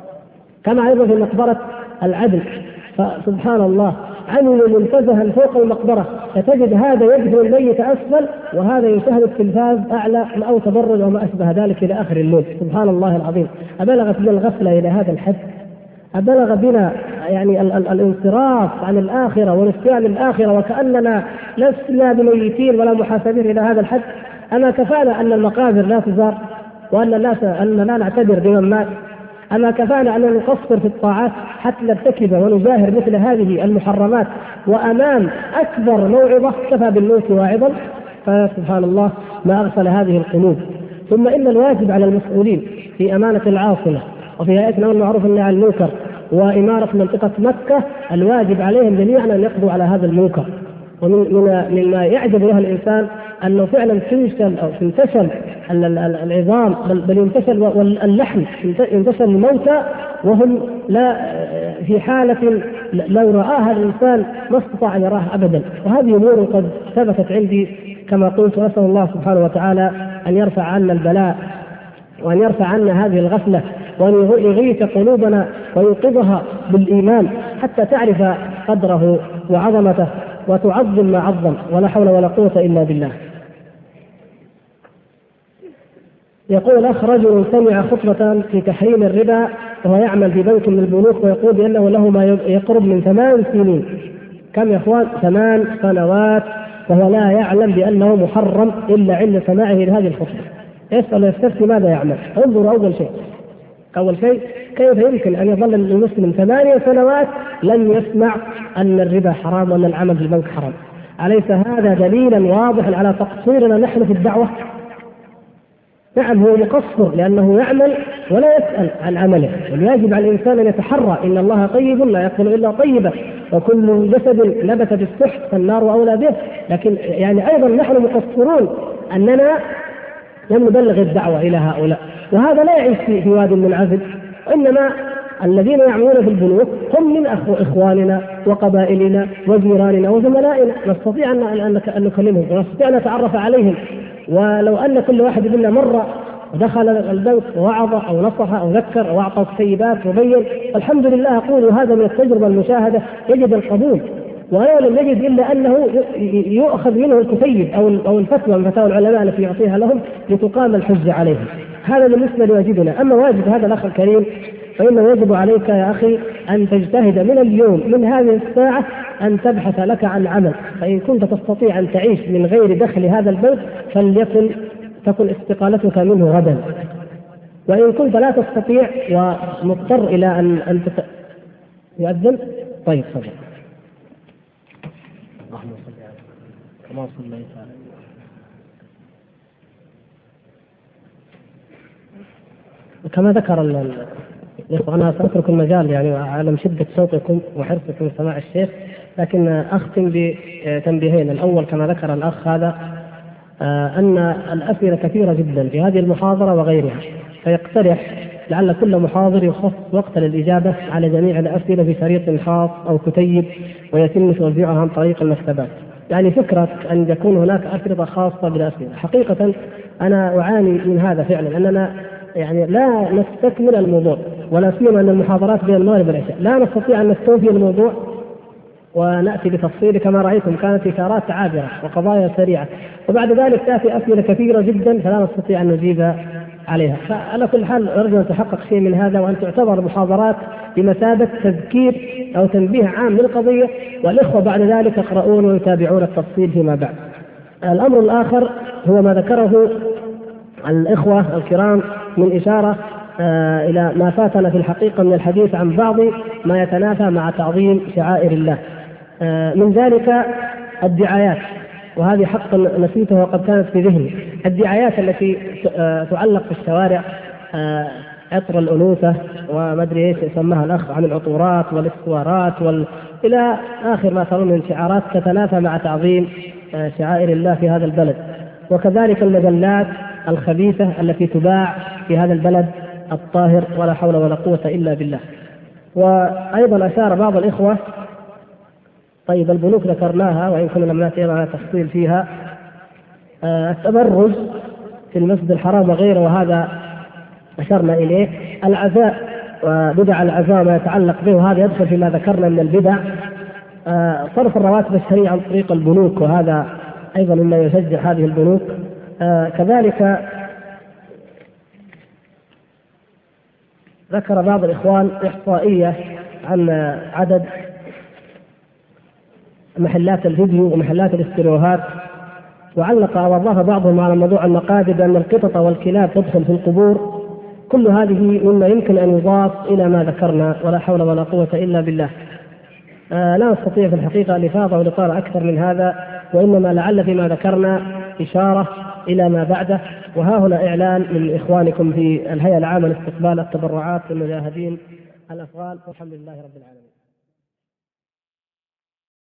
كما أيضا في مقبرة العدل. فسبحان الله عملوا منتزها فوق المقبرة، فتجد هذا يدفن الميت أسفل وهذا يشاهد التلفاز أعلى أو تبرج أو ما أشبه ذلك إلى آخر الليل. سبحان الله العظيم، أبلغت بنا الغفلة إلى هذا الحد؟ أبلغ بنا يعني ال ال الانصراف عن الآخرة ونسيان الآخرة وكأننا لسنا بميتين ولا محاسبين إلى هذا الحد؟ أما كفانا أن المقابر لا تزار وأن لا أن لا نعتبر بمن مات؟ أما كفانا أن نقصر في الطاعات حتى نرتكب ونجاهر مثل هذه المحرمات وأمام أكبر موعظة كفى بالموت واعظا؟ فسبحان الله ما أغفل هذه القلوب. ثم إن الواجب على المسؤولين في أمانة العاصمة وفي هيئة الأمر بالمعروف والنهي عن المنكر وإمارة منطقة مكة، الواجب عليهم جميعا أن يقضوا على هذا المنكر. ومن مما يعجب له الإنسان أنه فعلا تنشل أو تنتشل العظام بل ينتشل اللحم، ينتشل الموتى وهم لا في حالة لو رآها الإنسان ما استطاع أن يراها أبدا. وهذه أمور قد ثبتت عندي كما قلت، أسأل الله سبحانه وتعالى أن يرفع عنا البلاء وأن يرفع عنا هذه الغفلة وأن يغيث قلوبنا ويوقظها بالإيمان حتى تعرف قدره وعظمته وتعظم ما عظم، ولا حول ولا قوة إلا بالله. يقول أخ: رجل سمع خطبة في تحريم الربا وهو يعمل في بنك من البنوك ويقول بأنه له ما يقرب من ثمان سنين. كم يا إخوان؟ ثمان سنوات وهو لا يعلم بأنه محرم إلا عند سماعه لهذه الخطبة. يسأل ويستفتي ماذا يعمل؟ انظر أول شيء أول شيء كيف يمكن أن يظل المسلم ثمانية سنوات لم يسمع أن الربا حرام وأن العمل في البنك حرام؟ أليس هذا دليلا واضحا على تقصيرنا نحن في الدعوة؟ نعم هو مقصر لأنه يعمل ولا يسأل عن عمله، والواجب على الإنسان أن يتحرى إن الله طيب لا يقبل إلا طيبا وكل جسد نبت بالسحت فالنار أولى به. لكن يعني أيضا نحن مقصرون أننا لم نبلغ الدعوة إلى هؤلاء، وهذا لا يعيش في واد منعزل، وإنما الذين يعملون في البنوك هم من إخواننا وقبائلنا وجيراننا وزملائنا، نستطيع أن نكلمهم ونستطيع أن نتعرف عليهم. ولو أن كل واحد منا مرة دخل البنك ووعظ أو نصح أو ذكر أو أعطى كتيبات وبين، الحمد لله أقول هذا من التجربة المشاهدة يجد القبول، ولو لم يجد إلا أنه يؤخذ منه الكتيب أو الفتوى من فتاوى العلماء التي يعطيها لهم لتقام الحجة عليهم. هذا بالنسبة لواجبنا. أما واجب هذا الأخ الكريم فإنه يجب عليك يا أخي أن تجتهد من اليوم من هذه الساعة أن تبحث لك عن عمل، فإن كنت تستطيع أن تعيش من غير دخل هذا البنك فليكن تكن استقالتك منه غدا، وإن كنت لا تستطيع ومضطر إلى أن أن تت... يؤذن. طيب صلى اللهم صل على كما صليت على كما ذكر الإخوة. أنا سأترك المجال يعني أعلم شدة صوتكم وحرصكم سماع الشيخ، لكن أختم بتنبيهين. الأول كما ذكر الأخ هذا أن الأسئلة كثيرة جدا في هذه المحاضرة وغيرها، فيقترح لعل كل محاضر يخص وقت للإجابة على جميع الأسئلة في شريط خاص أو كتيب ويتم توزيعها عن طريق المكتبات. يعني فكرة أن يكون هناك أشرطة خاصة بالأسئلة، حقيقة أنا أعاني من هذا فعلا، أننا يعني لا نستكمل الموضوع، ولا سيما أن المحاضرات بين المغرب والعشاء لا نستطيع أن نستوفي الموضوع ونأتي بتفصيل. كما رأيتم كانت إشارات عابرة وقضايا سريعة، وبعد ذلك تأتي أسئلة كثيرة جدا فلا نستطيع أن نجيب عليها. فعلى كل حال أرجو أن تحقق شيء من هذا، وأن تعتبر المحاضرات بمثابة تذكير أو تنبيه عام للقضية، والإخوة بعد ذلك يقرؤون ويتابعون التفصيل فيما بعد. الأمر الآخر هو ما ذكره الإخوة الكرام من إشارة آه إلى ما فاتنا في الحقيقة من الحديث عن بعض ما يتنافى مع تعظيم شعائر الله. آه من ذلك الدعايات، وهذه حقا نسيتها وقد كانت في ذهني. الدعايات التي آه تعلق في الشوارع، آه عطر الأنوثة ومدري ايش يسمها الأخ عن العطورات والاستوارات وال... إلى آخر ما ترون من شعارات تتنافى مع تعظيم آه شعائر الله في هذا البلد. وكذلك المجلات الخبيثة التي تباع في هذا البلد الطاهر ولا حول ولا قوة إلا بالله. وأيضا أشار بعض الإخوة، طيب البنوك ذكرناها وإن كنا لم نأتي على تفصيل فيها، آه التبرج في المسجد الحرام وغيره وهذا أشرنا إليه. العزاء وبدع العزاء ما يتعلق به وهذا يدخل فيما ذكرنا من البدع. آه صرف الرواتب الشهرية عن طريق البنوك وهذا أيضا مما يشجع هذه البنوك. آه كذلك ذكر بعض الإخوان إحصائية عن عدد محلات الفيديو ومحلات الاستيريوهات، وعلق أو أضاف بعضهم على موضوع المقابر بأن القطط والكلاب تدخل في القبور. كل هذه مما يمكن أن يضاف إلى ما ذكرنا ولا حول ولا قوة إلا بالله. آه لا نستطيع في الحقيقة الإفاضة والإطالة أكثر من هذا، وإنما لعل فيما ذكرنا إشارة إلى ما بعده. وها هنا إعلان من إخوانكم في الهيئة العامة لاستقبال التبرعات للمجاهدين الأفغان، والحمد لله رب العالمين.